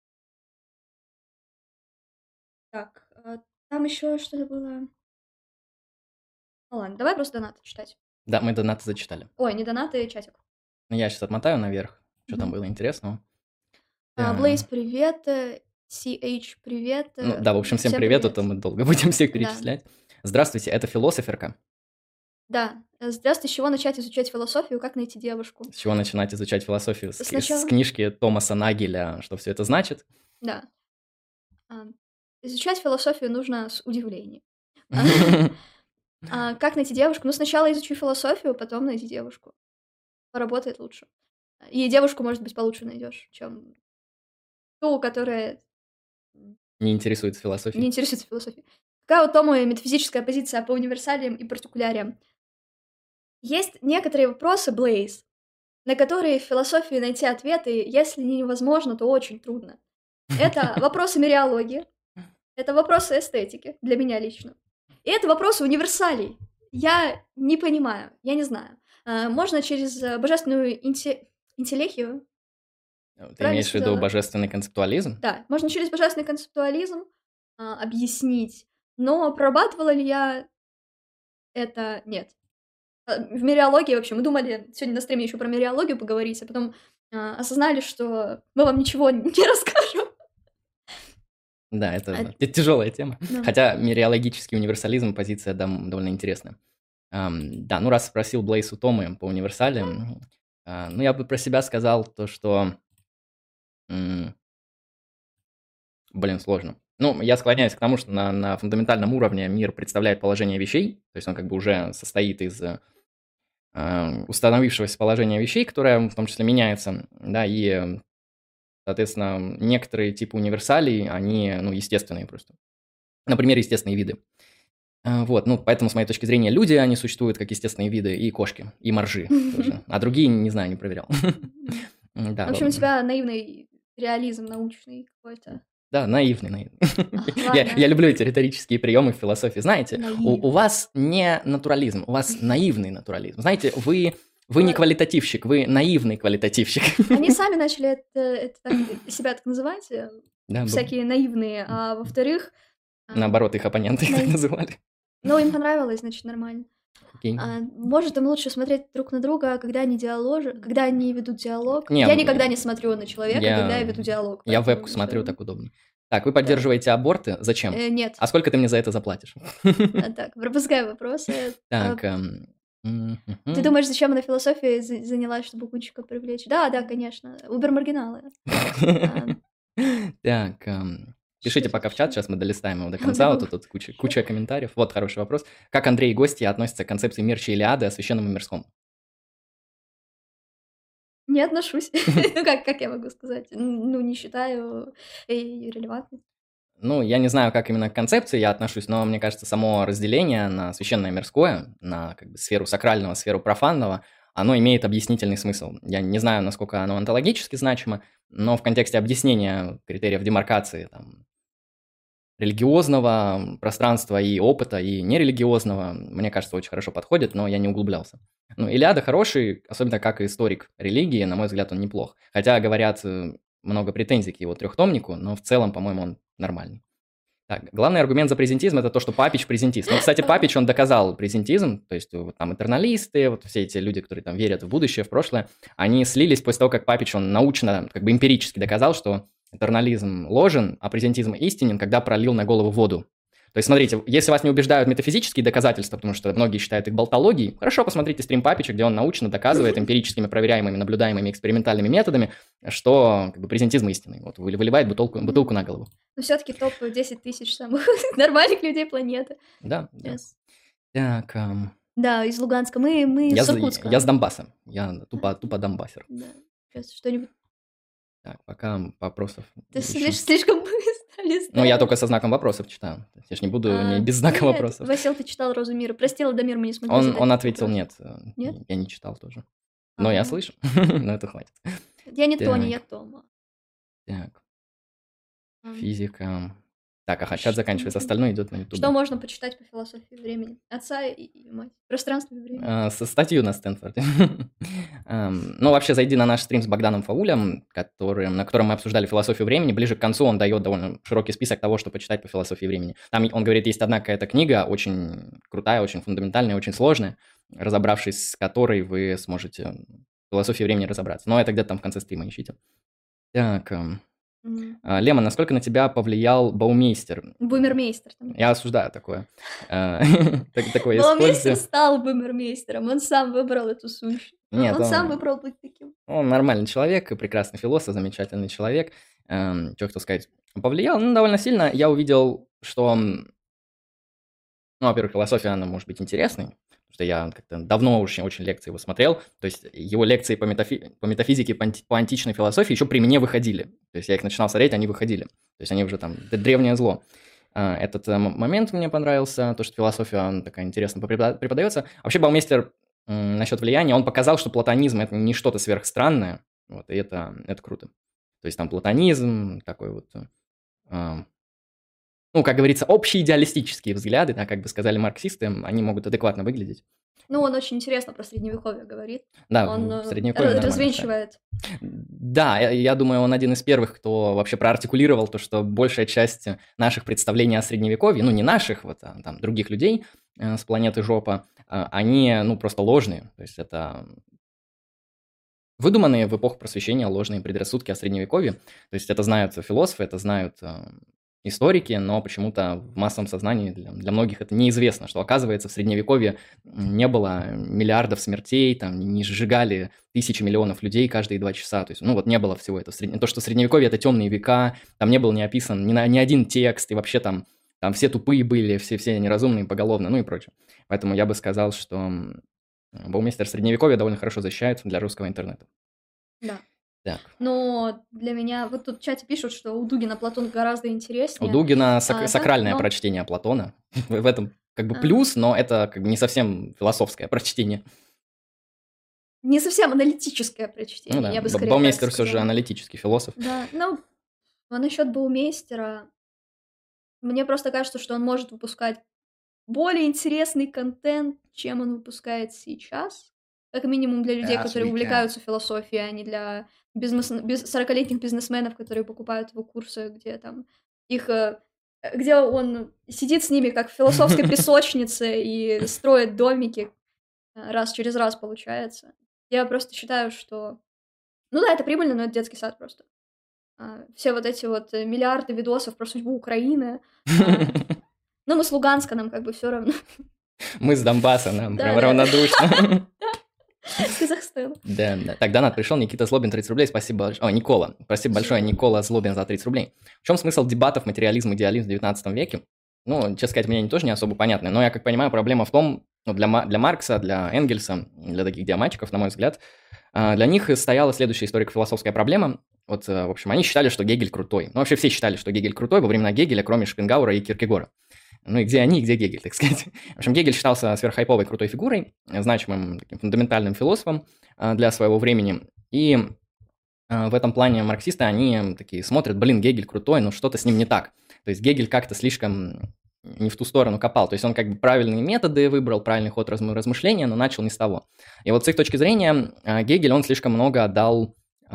Так, там еще что-то было. Ладно, давай просто донаты читать. Да, мы донаты зачитали. Ой, не донаты, чатик. Я сейчас отмотаю наверх, что там было интересного. Блейз, привет. CH, привет. Да, в общем, всем привет, а то мы долго будем всех перечислять. Да. Здравствуйте, это философерка. Да, здравствуйте, с чего начать изучать философию, как найти девушку? С чего начинать изучать философию? С книжки Томаса Нагеля, что все это значит? Да. Изучать философию нужно с удивлением. Как найти девушку? Сначала изучи философию, потом найди девушку. Поработает лучше. И девушку, может быть, получше найдешь, чем ту, которая Не интересуется не философией. интересуется философией. Какая у Тома метафизическая позиция по универсалиям и партикуляриям? Есть некоторые вопросы, Блейз, на которые в философии найти ответы, если не невозможно, то очень трудно. Это вопросы мериологии, это вопросы эстетики, для меня лично. И это вопросы универсалей. Я не понимаю, я не знаю. Можно через божественную интеллехию, Ты правильно имеешь в виду сказала? божественный концептуализм? Да, можно через божественный концептуализм объяснить, но прорабатывала ли я это? Нет. В мериологии, в общем, мы думали сегодня на стриме еще про мериологию поговорить, а потом осознали, что мы вам ничего не расскажем. Да, это А, тяжелая тема. да. Хотя мериологический универсализм позиция довольно интересная. Да, ну раз спросил Блейс у Томы по универсалиям, ну я бы про себя сказал то, что... Блин, сложно. Ну, я склоняюсь к тому, что на фундаментальном уровне мир представляет положение вещей, то есть он как бы уже состоит из установившегося положения вещей, которое в том числе меняется, да, и, соответственно, некоторые типы универсалей, они, ну, естественные просто. Например, естественные виды. Вот, ну, поэтому, с моей точки зрения, люди, они существуют как естественные виды, и кошки, и моржи тоже. А другие, не знаю, не проверял. Да, В общем, у тебя наивный реализм научный какой-то. да, наивный. Я Ладно, люблю эти риторические приемы в философии. Знаете, у наивный. вас не натурализм, у вас наивный натурализм. Знаете, вы не квалитативщик, вы наивный квалитативщик. Они сами начали себя так называть, Да, всякие наивные, а во-вторых... наоборот, их оппоненты их так называли. Ну, им понравилось, значит, нормально. Окей. Может, им лучше смотреть друг на друга, когда они когда они ведут диалог. Не, Я никогда не смотрю на человека, я- когда я веду диалог. Я в поэтому вебку смотрю, ничего. так удобнее. Так, вы поддерживаете аборты? Зачем? Нет. А сколько ты мне за это заплатишь? Так, пропускай вопросы. Так, Ты думаешь, зачем она философией занялась, чтобы кучика привлечь? Да, конечно. Убер-маргиналы. Так, пишите пока в чат, сейчас мы долистаем его до конца, вот тут куча комментариев. Вот хороший вопрос. Как Андрей и гости относятся к концепции Мирча Илиады о священном и мирском? Не отношусь. Ну, как я могу сказать? Ну, не считаю ее релевантной. Ну, я не знаю, как именно к концепции я отношусь, но мне кажется, само разделение на священное и мирское, на как бы сферу сакрального, сферу профанного, оно имеет объяснительный смысл. Я не знаю, насколько оно онтологически значимо, но в контексте объяснения критериев демаркации там, религиозного пространства и опыта, и нерелигиозного, мне кажется, очень хорошо подходит, но я не углублялся. Ну, Илиада хороший, особенно как историк религии, на мой взгляд, он неплох. Хотя, говорят, много претензий к его трехтомнику, но в целом, по-моему, он нормальный. Так, главный аргумент за презентизм – это то, что Папич презентист. Ну, кстати, Папич, он доказал презентизм, то есть вот там этерналисты, вот все эти люди, которые там верят в будущее, в прошлое, они слились после того, как Папич, он научно, как бы эмпирически доказал, что этернализм ложен, а презентизм истинен, когда пролил на голову воду. То есть, смотрите, если вас не убеждают метафизические доказательства, потому что многие считают их болтологией, хорошо, посмотрите стрим Папича, где он научно доказывает эмпирическими проверяемыми, наблюдаемыми экспериментальными методами, что как бы, презентизм истинный. Вот выливает бутылку на голову. Но все-таки топ 10 тысяч самых нормальных людей планеты. Да. Yes. Так. Да, из Луганска. Мы Я с Иркутска. с Донбасса. Я тупо донбассер. Да. Сейчас что-нибудь. Так, пока вопросов. Ты еще. слишком быстро листаешь. Ну, я только со знаком вопросов читаю. Я ж не буду не без знака нет, вопросов. Васил, ты читал «Розу мира». Прости, Ладомир, мы не смогли Он задать ответил вопрос. нет. Нет? Я не читал тоже. Но я Ага. слышу. Но это хватит. Я не Тоня, Так. я Тома. Так, Ам, физика. Так, ага, чат Что заканчивается, можно? остальное идет на YouTube. Что можно почитать по философии времени? Отца и мать. Пространство и время. Статью на Стэнфорде. Ну, вообще, зайди на наш стрим с Богданом Фаулем, на котором мы обсуждали философию времени. Ближе к концу он дает довольно широкий список того, что почитать по философии времени. Там он говорит, есть одна какая-то книга, очень крутая, очень фундаментальная, очень сложная, разобравшись с которой вы сможете в философии времени разобраться. Но это где-то там в конце стрима ищите. Так, Лема, насколько на тебя повлиял Баумейстер? Бумермейстер. Там. Я осуждаю такое. Такое Баумейстер использую. стал бумермейстером. Он сам выбрал эту сущность. Нет, Он сам выбрал быть таким. Он нормальный человек, прекрасный философ, замечательный человек. Что хотел сказать? Повлиял, довольно сильно. Я увидел, что, ну, во-первых, философия, она может быть интересной, потому что я как-то давно очень лекции его смотрел, то есть его лекции по метафизике, по античной философии еще при мне выходили. То есть я их начинал смотреть, они выходили. То есть они уже там древнее зло. Этот момент мне понравился, то, что философия она такая интересно преподается. Вообще Баумейстер насчет влияния, он показал, что платонизм – это не что-то сверхстранное, вот, и это круто. То есть там платонизм, такой вот, ну, как говорится, общие идеалистические взгляды, да, как бы сказали марксисты, они могут адекватно выглядеть. Ну, он очень интересно про средневековье говорит. Да, Он в средневековье нормально развенчивает. Да, я думаю, он один из первых, кто вообще проартикулировал то, что большая часть наших представлений о средневековье, ну, не наших, вот, а там, других людей с планеты Жопа, они, ну, просто ложные. То есть это выдуманные в эпоху просвещения ложные предрассудки о средневековье. То есть это знают философы, это знают историки, но почему-то в массовом сознании для многих это неизвестно, что, оказывается, в Средневековье не было миллиардов смертей, там не сжигали тысячи миллионов людей каждые 2 часа, то есть, ну вот не было всего этого. То, что Средневековье – это темные века, там не был не описан ни один текст, и вообще там все тупые были, все неразумные поголовно, ну и прочее. Поэтому я бы сказал, что Баумейстер Средневековья довольно хорошо защищает для русского интернета. Да. Так. Но для меня... Вот тут в чате пишут, что у Дугина Платон гораздо интереснее. У Дугина да, сакральное но- прочтение Платона. В этом как бы плюс, но это как бы не совсем философское прочтение. Не совсем аналитическое прочтение, Ну да, я бы скорее так Баумейстер все же сказала. аналитический философ. Да, ну, а насчет Баумейстера, мне просто кажется, что он может выпускать более интересный контент, чем он выпускает сейчас. Как минимум для людей, Yes, которые we can. увлекаются философией, а не для 40-летних бизнесменов, которые покупают его курсы, где там их... где он сидит с ними как в философской песочнице и строит домики раз через раз, получается. Я просто считаю, что... Ну да, это прибыльно, но это детский сад просто. Все вот эти вот миллиарды видосов про судьбу Украины. Ну, мы с Луганска, нам как бы все равно. Мы с Донбасса, нам Да, прям да. равнодушно. С Казахстана. Да. Так, донат пришел, Никита Злобин, 30 рублей, спасибо большое. О, Никола, спасибо большое, Никола Злобин за 30 рублей. В чем смысл дебатов материализм, идеализм в 19 веке? Ну, честно сказать, мне тоже не особо понятно, но я как понимаю, проблема в том, ну, для Маркса, для Энгельса, для таких диаматчиков, на мой взгляд, для них стояла следующая историко-философская проблема. Вот, в общем, они считали, что Гегель крутой. Ну, вообще все считали, что Гегель крутой во времена Гегеля, кроме Шопенгауэра и Киркегора. Ну и где они, и где Гегель, так сказать. В общем, Гегель считался сверххайповой крутой фигурой, значимым таким фундаментальным философом для своего времени. И в этом плане марксисты, они такие смотрят, блин, Гегель крутой, но что-то с ним не так. То есть Гегель как-то слишком не в ту сторону копал. То есть он как бы правильные методы выбрал, правильный ход размышления, но начал не с того. И вот с их точки зрения Гегель, он слишком много отдал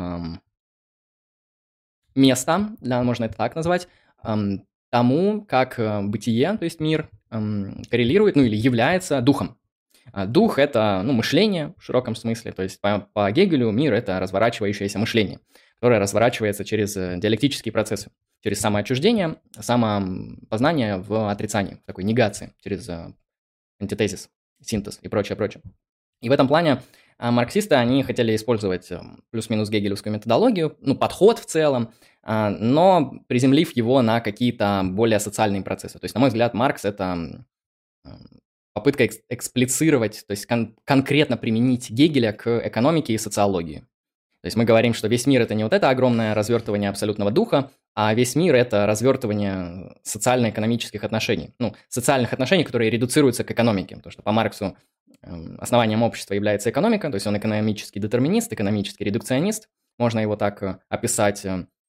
места, да, можно это так назвать, тому, как бытие, то есть мир, коррелирует, ну или является духом. Дух – это мышление в широком смысле, то есть по Гегелю мир – это разворачивающееся мышление, которое разворачивается через диалектические процессы, через самоотчуждение, самопознание в отрицании, в такой негации, через антитезис, синтез и прочее, прочее. И в этом плане марксисты, они хотели использовать плюс-минус гегелевскую методологию, ну, подход в целом, но приземлив его на какие-то более социальные процессы. То есть, на мой взгляд, Маркс – это попытка эксплицировать, то есть конкретно применить Гегеля к экономике и социологии. То есть мы говорим, что весь мир – это не вот это огромное развертывание абсолютного духа, а весь мир – это развертывание социально-экономических отношений. Ну, социальных отношений, которые редуцируются к экономике. Потому что по Марксу основанием общества является экономика, то есть он экономический детерминист, экономический редукционист. Можно его так описать,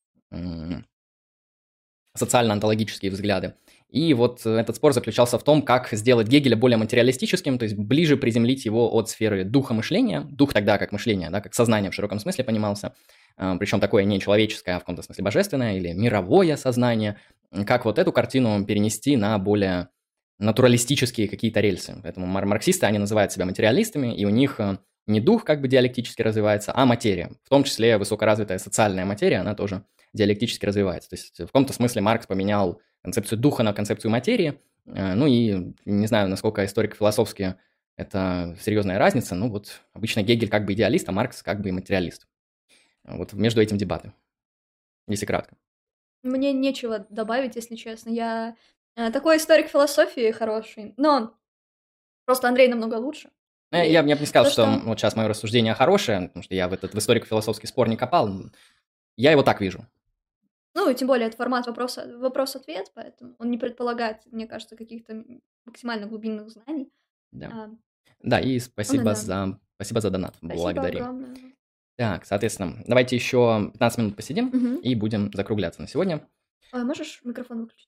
социально-онтологические взгляды. И вот этот спор заключался в том, как сделать Гегеля более материалистическим, то есть ближе приземлить его от сферы духа мышления, дух тогда как мышление, да, как сознание в широком смысле понимался, причем такое не человеческое, а в каком-то смысле божественное или мировое сознание, как вот эту картину перенести на более натуралистические какие-то рельсы. Поэтому марксисты, они называют себя материалистами, и у них не дух как бы диалектически развивается, а материя. В том числе высокоразвитая социальная материя, она тоже диалектически развивается. То есть в каком-то смысле Маркс поменял концепцию духа на концепцию материи. Ну и не знаю, насколько историко-философски это серьезная разница. Ну вот обычно Гегель как бы идеалист, а Маркс как бы и материалист. Вот между этим дебаты, если кратко. Мне нечего добавить, если честно. Я такой историк философии хороший, но Просто Андрей намного лучше. Я бы не сказал, То, что что- вот сейчас мое рассуждение хорошее, потому что я в историко-философский спор не копал. Я его так вижу. Ну, и тем более это формат вопрос-ответ, поэтому он не предполагает, мне кажется, каких-то максимально глубинных знаний. Да. А, Да, и спасибо да. за донат. Спасибо Благодарим. огромное. Так, соответственно, давайте еще 15 минут посидим Мгм. и будем закругляться на сегодня. Ой, можешь микрофон выключить?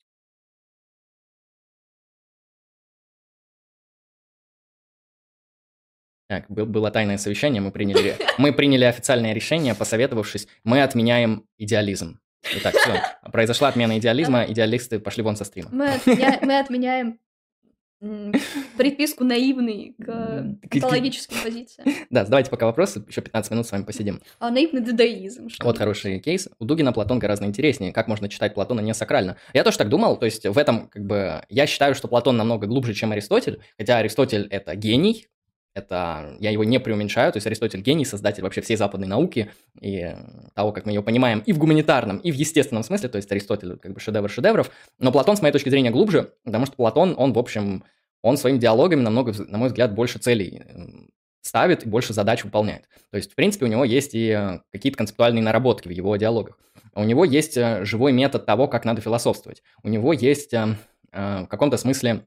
Так, было тайное совещание, мы приняли официальное решение, посоветовавшись, мы отменяем идеализм. Итак, все, произошла отмена идеализма, идеалисты пошли вон со стрима. Мы отменяем приписку наивный к онтологическим позициям. Да, задавайте пока вопросы, еще 15 минут с вами посидим. А наивный дадаизм. что Вот ли? хороший кейс. У Дугина Платон гораздо интереснее. Как можно читать Платона не сакрально? Я тоже так думал, то есть в этом как бы... Я считаю, что Платон намного глубже, чем Аристотель, хотя Аристотель — это гений, я его не преуменьшаю, то есть Аристотель гений, создатель вообще всей западной науки и того, как мы ее понимаем и в гуманитарном, и в естественном смысле, то есть Аристотель как бы шедевр шедевров, но Платон, с моей точки зрения, глубже, потому что Платон, он, в общем, он своими диалогами намного, на мой взгляд, больше целей ставит и больше задач выполняет. То есть, в принципе, у него есть и какие-то концептуальные наработки в его диалогах. У него есть живой метод того, как надо философствовать. У него есть в каком-то смысле...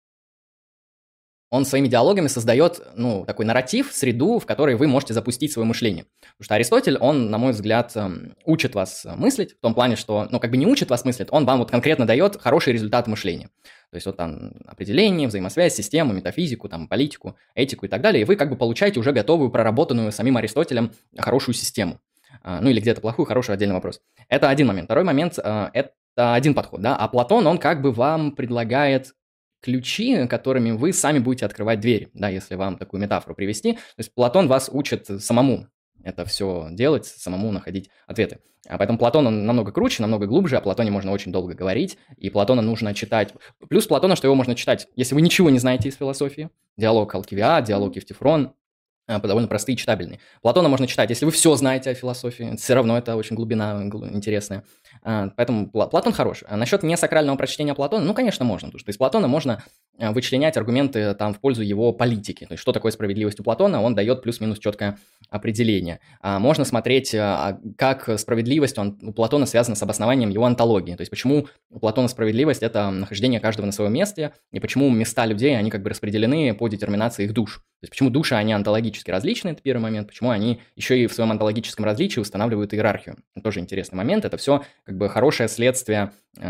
Он своими диалогами создает, такой нарратив, среду, в которой вы можете запустить свое мышление. Потому что Аристотель, он, на мой взгляд, учит вас мыслить, в том плане, что, как бы не учит вас мыслить, он вам вот конкретно дает хороший результат мышления. То есть вот там определение, взаимосвязь, систему, метафизику, там, политику, этику и так далее, и вы как бы получаете уже готовую, проработанную самим Аристотелем хорошую систему. Или где-то плохую, хороший, отдельный вопрос. Это один момент. Второй момент, это один подход, да, а Платон, он как бы вам предлагает ключи, которыми вы сами будете открывать двери, да, если вам такую метафору привести. То есть Платон вас учит самому это все делать, самому находить ответы. Поэтому Платон, он намного круче, намного глубже, о Платоне можно очень долго говорить, и Платона нужно читать. Плюс Платона, что его можно читать, если вы ничего не знаете из философии. Диалог Алкивиад, диалог Евтифрон, довольно простые и читабельные. Платона можно читать, если вы все знаете о философии, все равно это очень глубина интересная. Поэтому Платон хорош. А насчет несакрального прочтения Платона, конечно, можно. Потому что из Платона можно вычленять аргументы там в пользу его политики. То есть, что такое справедливость у Платона, он дает плюс-минус четкое определение. Можно смотреть, как справедливость у Платона связана с обоснованием его онтологии. То есть, почему у Платона справедливость – это нахождение каждого на своем месте, и почему места людей, они как бы распределены по детерминации их душ. То есть, почему души, они онтологически различны, это первый момент, почему они еще и в своем онтологическом различии устанавливают иерархию. Это тоже интересный момент, это все как бы хорошее следствие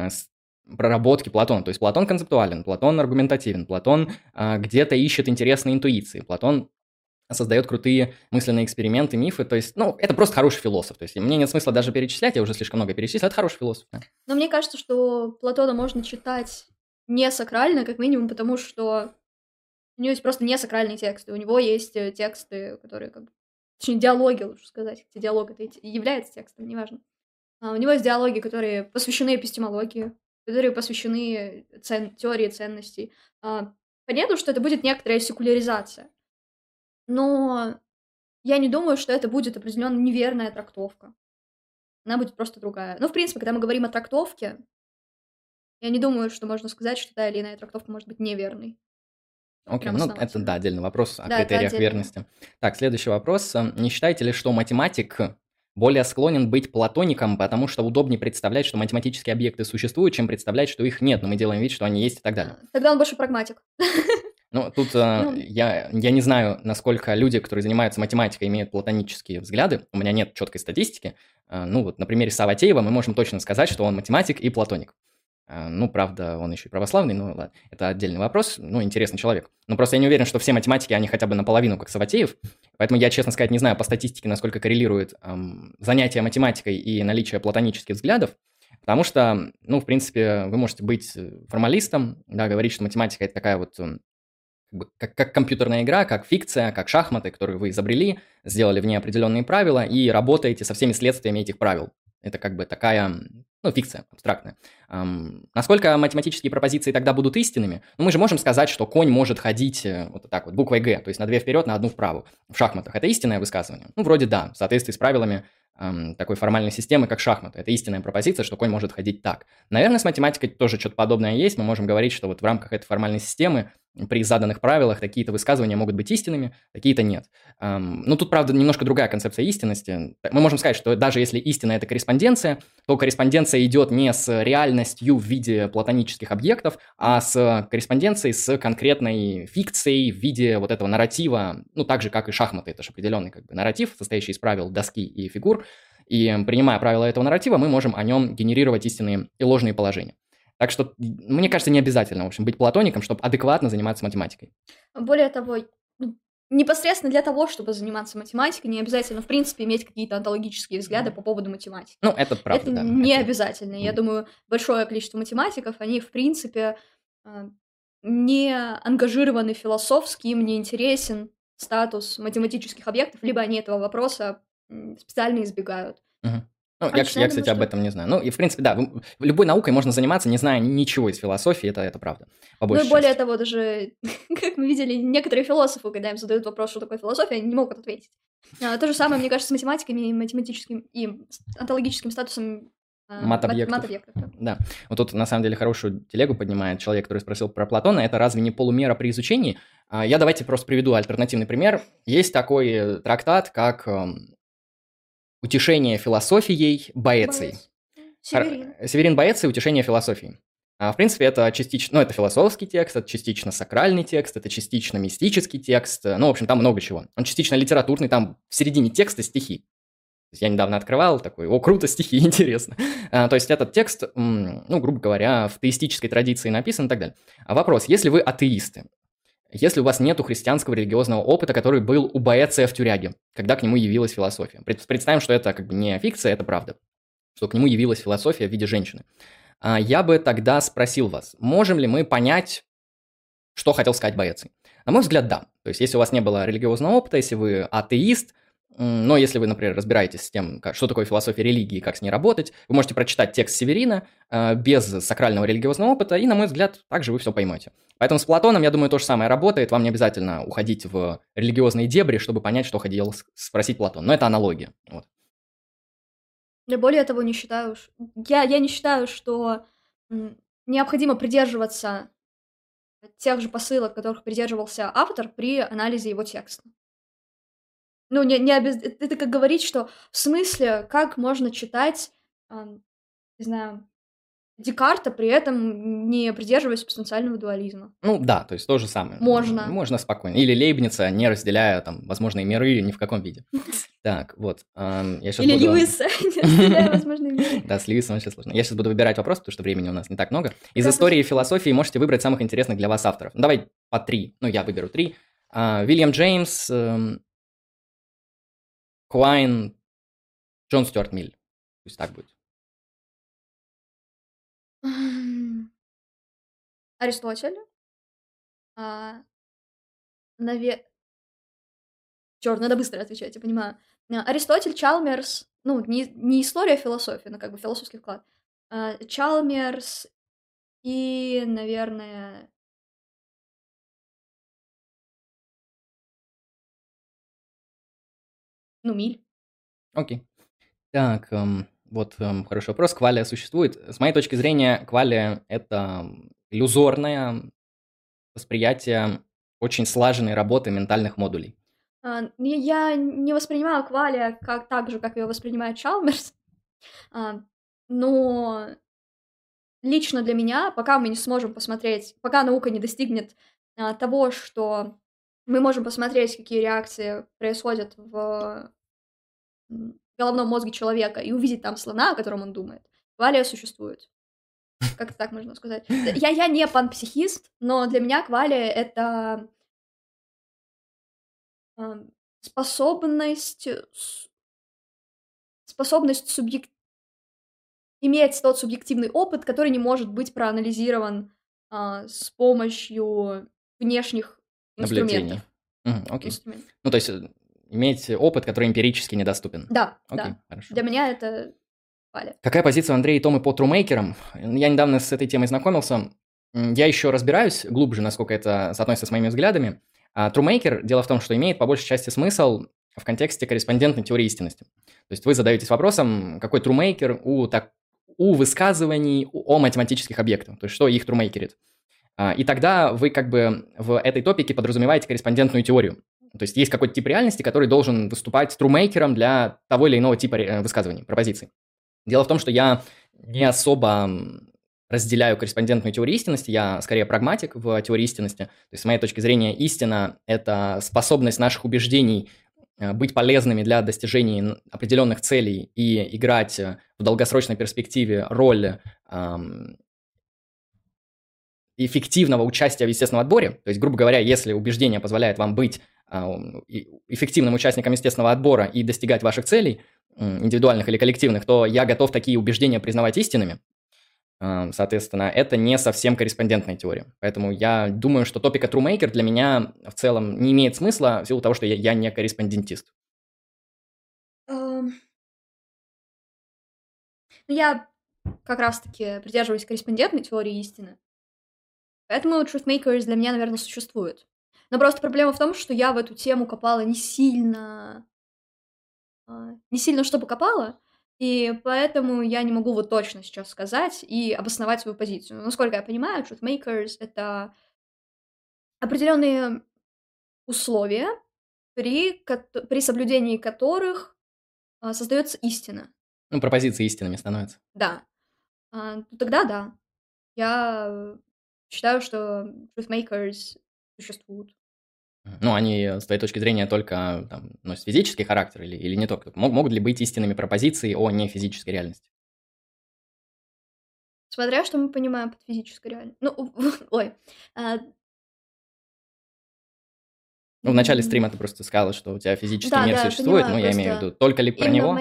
проработки Платона. То есть Платон концептуален, Платон аргументативен, Платон где-то ищет интересные интуиции, Платон создает крутые мысленные эксперименты, мифы, то есть, это просто хороший философ. То есть мне нет смысла даже перечислять, я уже слишком много перечислил, это хороший философ. Да. Но мне кажется, что Платона можно читать не сакрально, как минимум, потому что у него есть просто не сакральные тексты, у него есть тексты, которые точнее, диалоги, лучше сказать, хотя диалог это и является текстом, неважно. У него есть диалоги, которые посвящены эпистемологии, которые посвящены теории ценностей. Понятно, что это будет некоторая секуляризация, но я не думаю, что это будет определенно неверная трактовка. Она будет просто другая. В принципе, когда мы говорим о трактовке, я не думаю, что можно сказать, что та или иная трактовка может быть неверной. Окей, это, да, отдельный вопрос о Да, критериях верности. Так, следующий вопрос. Не считаете ли, что математик более склонен быть платоником, потому что удобнее представлять, что математические объекты существуют, чем представлять, что их нет, но мы делаем вид, что они есть и так далее? Тогда он больше прагматик. Тут я не знаю, насколько люди, которые занимаются математикой, имеют платонические взгляды. У меня нет четкой статистики. На примере Саватеева мы можем точно сказать, что он математик и платоник. Правда, он еще и православный, ладно, это отдельный вопрос, интересный человек. Но просто я не уверен, что все математики, они хотя бы наполовину, как Саватеев, поэтому я, честно сказать, не знаю по статистике, насколько коррелирует занятие математикой и наличие платонических взглядов, потому что, в принципе, вы можете быть формалистом, да, говорить, что математика – это такая вот как компьютерная игра, как фикция, как шахматы, которые вы изобрели, сделали в ней определенные правила и работаете со всеми следствиями этих правил. Это как бы такая, фикция абстрактная. Насколько математические пропозиции тогда будут истинными? Мы же можем сказать, что конь может ходить вот так вот, буквой «Г», то есть на 2 вперед, на 1 вправо в шахматах. Это истинное высказывание? Вроде да, в соответствии с правилами такой формальной системы, как шахматы. Это истинная пропозиция, что конь может ходить так. Наверное, с математикой тоже что-то подобное есть. Мы можем говорить, что вот в рамках этой формальной системы при заданных правилах такие-то высказывания могут быть истинными, такие-то нет. Ну, тут, правда, немножко другая концепция истинности. Мы можем сказать, что даже если истина – это корреспонденция, то корреспонденция идет не с реальностью в виде платонических объектов, а с корреспонденцией с конкретной фикцией в виде вот этого нарратива, ну, так же, как и шахматы. Это же определенный как бы нарратив, состоящий из правил, доски и фигур. И принимая правила этого нарратива, мы можем о нем генерировать истинные и ложные положения. Так что, мне кажется, не обязательно, в общем, быть платоником, чтобы адекватно заниматься математикой. Более того, непосредственно для того, чтобы заниматься математикой, не обязательно, в принципе, иметь какие-то онтологические взгляды по поводу математики. Ну, это правда, это да. не обязательно. Я думаю, большое количество математиков, они, в принципе, не ангажированы философски, им не интересен статус математических объектов, либо они этого вопроса специально избегают. Ну, я, кстати, об этом не знаю. Ну, и, в принципе, да, любой наукой можно заниматься, не зная ничего из философии, это правда. Ну, и более того, даже, как мы видели, некоторые философы, когда им задают вопрос, что такое философия, они не могут ответить. То же самое, мне кажется, с математиками и математическим, и онтологическим статусом мат-объектов. Да. Вот тут, на самом деле, хорошую телегу поднимает человек, который спросил про Платона. Это разве не полумера при изучении? Я давайте просто приведу альтернативный пример. Есть такой трактат, как «Утешение философией Боэцией». Северин Боэций «Утешение философией». В принципе, это частично, это философский текст, это частично сакральный текст, это частично мистический текст. Ну, в общем, там много чего. Он частично литературный, там в середине текста стихи. То есть я недавно открывал, такой, круто, стихи, интересно. То есть этот текст, ну, грубо говоря, в теистической традиции написан и так далее. Вопрос, если вы атеисты, если у вас нету христианского религиозного опыта, который был у Боэция в тюряге, когда к нему явилась философия. Представим, что это как бы не фикция, это правда, что к нему явилась философия в виде женщины. Я бы тогда спросил вас, можем ли мы понять, что хотел сказать Боэций? На мой взгляд, да. То есть, если у вас не было религиозного опыта, если вы атеист, но если вы, например, разбираетесь с тем, что такое философия религии и как с ней работать, вы можете прочитать текст Северина без сакрального религиозного опыта, и, на мой взгляд, также вы все поймете. Поэтому с Платоном, я думаю, то же самое работает. Вам не обязательно уходить в религиозные дебри, чтобы понять, что хотел спросить Платон. Но это аналогия. Вот. Я более того не считаю, я не считаю, что необходимо придерживаться тех же посылок, которых придерживался автор при анализе его текста. Ну, это как говорить, что в смысле, как можно читать, не знаю, Декарта, при этом не придерживаясь субстанциального дуализма. Ну да, то есть то же самое. Можно. Можно спокойно. Или Лейбница, не разделяя там возможные миры ни в каком виде. Так, вот. Или Льюиса, не разделяя возможные миры. Да, с Льюисом очень сложно. Я сейчас буду выбирать вопрос, потому что времени у нас не так много. Из истории и философии можете выбрать самых интересных для вас авторов. Давай по 3. Ну, я выберу 3. Вильям Джеймс, Куайн, Джон Стюарт Миль. Пусть так будет. Аристотель. Чёрт, надо быстро отвечать, я понимаю. Аристотель, Чалмерс, ну, не история философии, но как бы философский вклад. Чалмерс и, наверное... Ну, Миль. Окей. Так, вот хороший вопрос. Квалия существует? С моей точки зрения, квалия – это иллюзорное восприятие очень слаженной работы ментальных модулей. Я не воспринимаю квалия так же, как ее воспринимает Чалмерс, но лично для меня, пока мы не сможем посмотреть, пока наука не достигнет того, что мы можем посмотреть, какие реакции происходят в головном мозге человека и увидеть там слона, о котором он думает, квалия существует. Как так можно сказать? Я не панпсихист, но для меня квалия — это способность иметь тот субъективный опыт, который не может быть проанализирован с помощью внешних инструментов. Окей. Ну, то есть иметь опыт, который эмпирически недоступен. Да, окей, да. Хорошо. Для меня это квалия. Какая позиция у Андрея и Томы по трумейкерам? Я недавно с этой темой знакомился. Я еще разбираюсь глубже, насколько это соотносится с моими взглядами. Трумейкер, дело в том, что имеет по большей части смысл в контексте корреспондентной теории истинности. То есть вы задаетесь вопросом, какой трумейкер у высказываний о математических объектах, то есть что их трумейкерит. И тогда вы как бы в этой топике подразумеваете корреспондентную теорию. То есть есть какой-то тип реальности, который должен выступать трумейкером для того или иного типа высказываний, пропозиций. Дело в том, что я не особо разделяю корреспондентную теорию истинности, я скорее прагматик в теории истинности. То есть, с моей точки зрения, истина – это способность наших убеждений быть полезными для достижения определенных целей и играть в долгосрочной перспективе роль эффективного участия в естественном отборе. То есть, грубо говоря, если убеждение позволяет вам быть эффективным участником естественного отбора и достигать ваших целей, индивидуальных или коллективных, то я готов такие убеждения признавать истинными. Соответственно, это не совсем корреспондентная теория. Поэтому я думаю, что топика TrueMaker для меня в целом не имеет смысла в силу того, что я не корреспондентист. Я как раз-таки придерживаюсь корреспондентной теории истины. Поэтому truthmakers для меня, наверное, существуют. Но просто проблема в том, что я в эту тему копала не сильно, чтобы копала, и поэтому я не могу вот точно сейчас сказать и обосновать свою позицию. Насколько я понимаю, truthmakers — это определенные условия, при соблюдении которых создается истина. Ну, пропозиции истинными становятся. Да. Тогда да. Я считаю, что truthmakers существуют. Ну, они, с твоей точки зрения, только там, носят физический характер или не только? Могут ли быть истинными пропозиции о нефизической реальности? Смотря что мы понимаем под физической реальностью. Ну, ой. Ну, в начале стрима ты просто сказала, что у тебя физический мир существует, но я имею в виду только ли про него?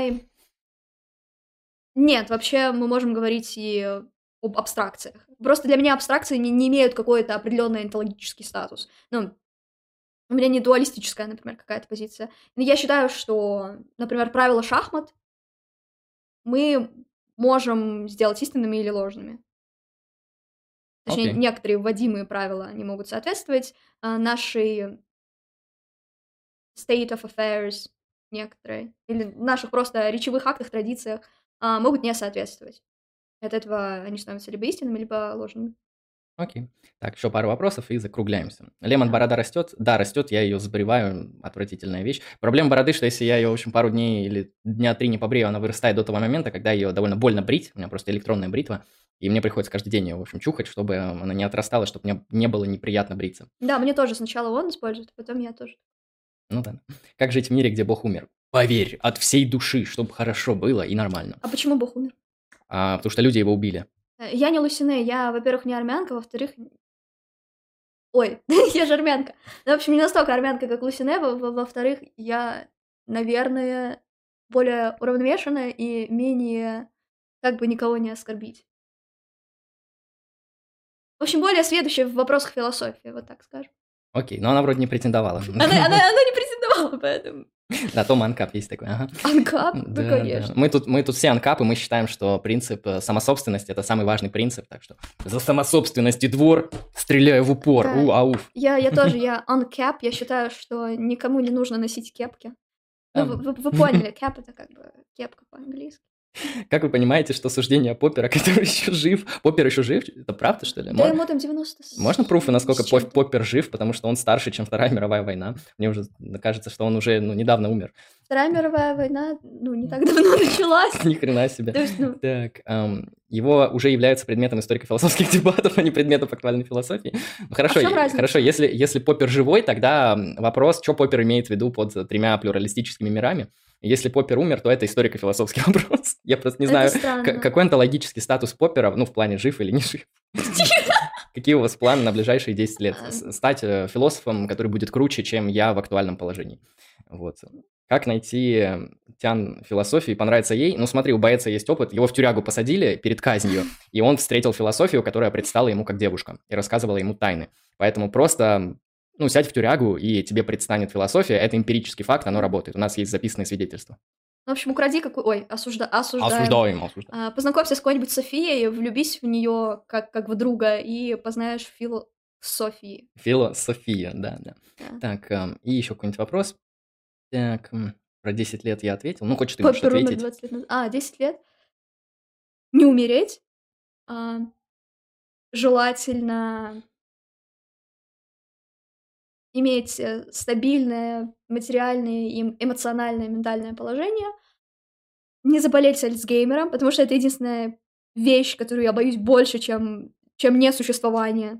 Нет, вообще мы можем говорить и об абстракциях. Просто для меня абстракции не имеют какой-то определенный онтологический статус. Ну, у меня не дуалистическая, например, какая-то позиция. Но я считаю, что, например, правила шахмат мы можем сделать истинными или ложными. Точнее, некоторые вводимые правила не могут соответствовать нашей state of affairs, некоторые, или наших просто речевых актах, традициях могут не соответствовать. От этого они становятся либо истинными, либо ложными. Окей. Так, еще пару вопросов и закругляемся. Лемон, борода растет? Да, растет, я ее забриваю, отвратительная вещь. Проблема бороды, что если я ее, в общем, пару дней или дня 3 не побрею, она вырастает до того момента, когда ее довольно больно брить, у меня просто электронная бритва, и мне приходится каждый день ее, в общем, чухать, чтобы она не отрастала, чтобы мне не было неприятно бриться. Да, мне тоже сначала он использует, а потом я тоже. Ну да. Как жить в мире, где Бог умер? Поверь, от всей души, чтобы хорошо было и нормально. А почему Бог умер? Потому что люди его убили. Я не Лусине, я, во-первых, не армянка, во-вторых... Ой, я же армянка. Ну, в общем, не настолько армянка, как Лусине, во-вторых, я, наверное, более уравновешенная и менее, как бы никого не оскорбить. В общем, более сведущая в вопросах философии, вот так скажем. Окей, но она вроде не претендовала. Она не претендовала, поэтому... Да, Том анкап есть такой, ага. Анкап? Да, конечно. Мы тут все анкапы, мы считаем, что принцип самособственности – это самый важный принцип, так что за самособственность и двор стреляю в упор, Да. ауф. Я тоже, я uncap, я считаю, что никому не нужно носить кепки. Ну, вы поняли, кеп — это как бы кепка по-английски. Как вы понимаете, что суждение Поппера, который еще жив... Поппер еще жив? Это правда, что ли? Да ему там 90... Можно пруфы, насколько с чем-то. Поппер жив, потому что он старше, чем Вторая мировая война. Мне уже кажется, что он уже недавно умер. Вторая мировая война, не так давно началась. Ни хрена себе. То есть, Так, его уже является предметом историко-философских дебатов, а не предметом актуальной философии. Ну, хорошо, в чем разница? хорошо, если Поппер живой, тогда вопрос, что Поппер имеет в виду под 3 плюралистическими мирами. Если Поппер умер, то это историко-философский вопрос. Я просто не знаю, какой онтологический статус Поппера, в плане жив или не жив. Какие у вас планы на ближайшие 10 лет? Стать философом, который будет круче, чем я в актуальном положении. Вот. Как найти тян философии, понравится ей? Ну смотри, у Боэца есть опыт, его в тюрягу посадили перед казнью, и он встретил философию, которая предстала ему как девушка и рассказывала ему тайны. Поэтому просто... сядь в тюрягу, и тебе предстанет философия. Это эмпирический факт, оно работает. У нас есть записанные свидетельства. В общем, укради осуждаем. Познакомься с какой-нибудь Софией, влюбись в нее как в друга и познаешь философии. Философия, да. Так, и еще какой-нибудь вопрос. Так, про 10 лет я ответил. Ну, хочешь ты можешь ответить? 20 лет назад. 10 лет? Не умереть. Желательно иметь стабильное материальное и эмоциональное, ментальное положение, не заболеть Альцгеймером, потому что это единственная вещь, которую я боюсь больше, чем несуществование.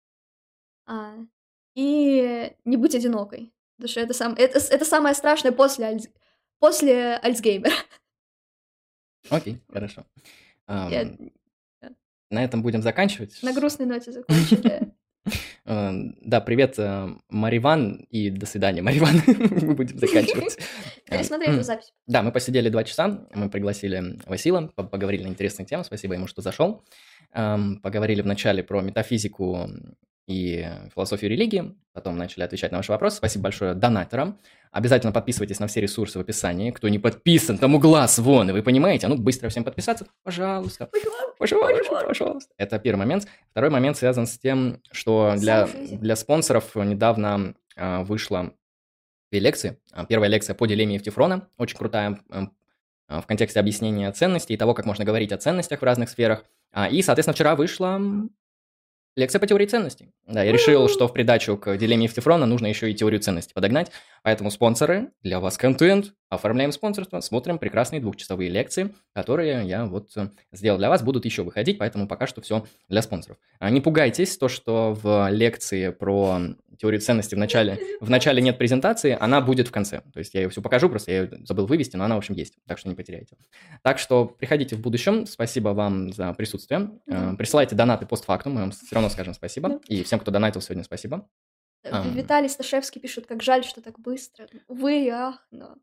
И не быть одинокой, потому что это самое страшное после Альцгеймера. Окей, хорошо. Я- На этом будем заканчивать. На грустной ноте закончили. Да, привет, Мариван, и до свидания, Мариван. Мы будем заканчивать. Пересмотри эту запись. Да, мы посидели 2 часа, мы пригласили Васила, поговорили на интересные темы, спасибо ему, что зашел. Поговорили вначале про метафизику и философию религии, потом начали отвечать на ваши вопросы. Спасибо большое донаторам. Обязательно подписывайтесь на все ресурсы в описании. Кто не подписан, тому глаз вон, и вы понимаете. А ну, быстро всем подписаться, пожалуйста. Пожалуйста. Это первый момент. Второй момент связан с тем, что для спонсоров недавно вышла 2 лекции. Первая лекция по дилемме Евтифрона, очень крутая, в контексте объяснения ценностей и того, как можно говорить о ценностях в разных сферах. И, соответственно, вчера вышла лекция по теории ценностей. Да, я решил, что в придачу к дилемме Евтифрона нужно еще и теорию ценностей подогнать. Поэтому спонсоры, для вас контент, оформляем спонсорство, смотрим прекрасные 2-часовые лекции, которые я вот сделал для вас, будут еще выходить, поэтому пока что все для спонсоров. Не пугайтесь, то, что в лекции про теорию ценностей в начале нет презентации, она будет в конце. То есть я ее все покажу, просто я ее забыл вывести, но она, в общем, есть, так что не потеряйте. Так что приходите в будущем, спасибо вам за присутствие. Присылайте донаты постфактум, мы вам все равно скажем спасибо. И всем, кто донатил сегодня, спасибо. Виталий Сташевский пишет, как жаль, что так быстро. Увы, ах, но...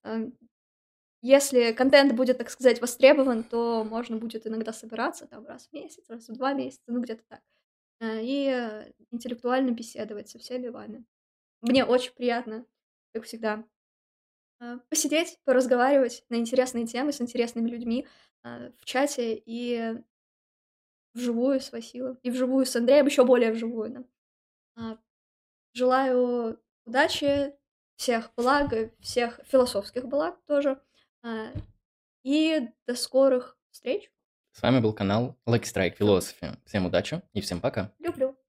Если контент будет, так сказать, востребован, то можно будет иногда собираться там раз в месяц, раз в 2 месяца, ну где-то так. И интеллектуально беседовать со всеми вами. Мне очень приятно, как всегда, посидеть, поразговаривать на интересные темы с интересными людьми в чате и вживую с Василом, и вживую с Андреем, еще более вживую. Да. Желаю удачи, всех благ, всех философских благ тоже. И до скорых встреч. С вами был канал Lucky Strike Philosophy. Всем удачи и всем пока. Люблю.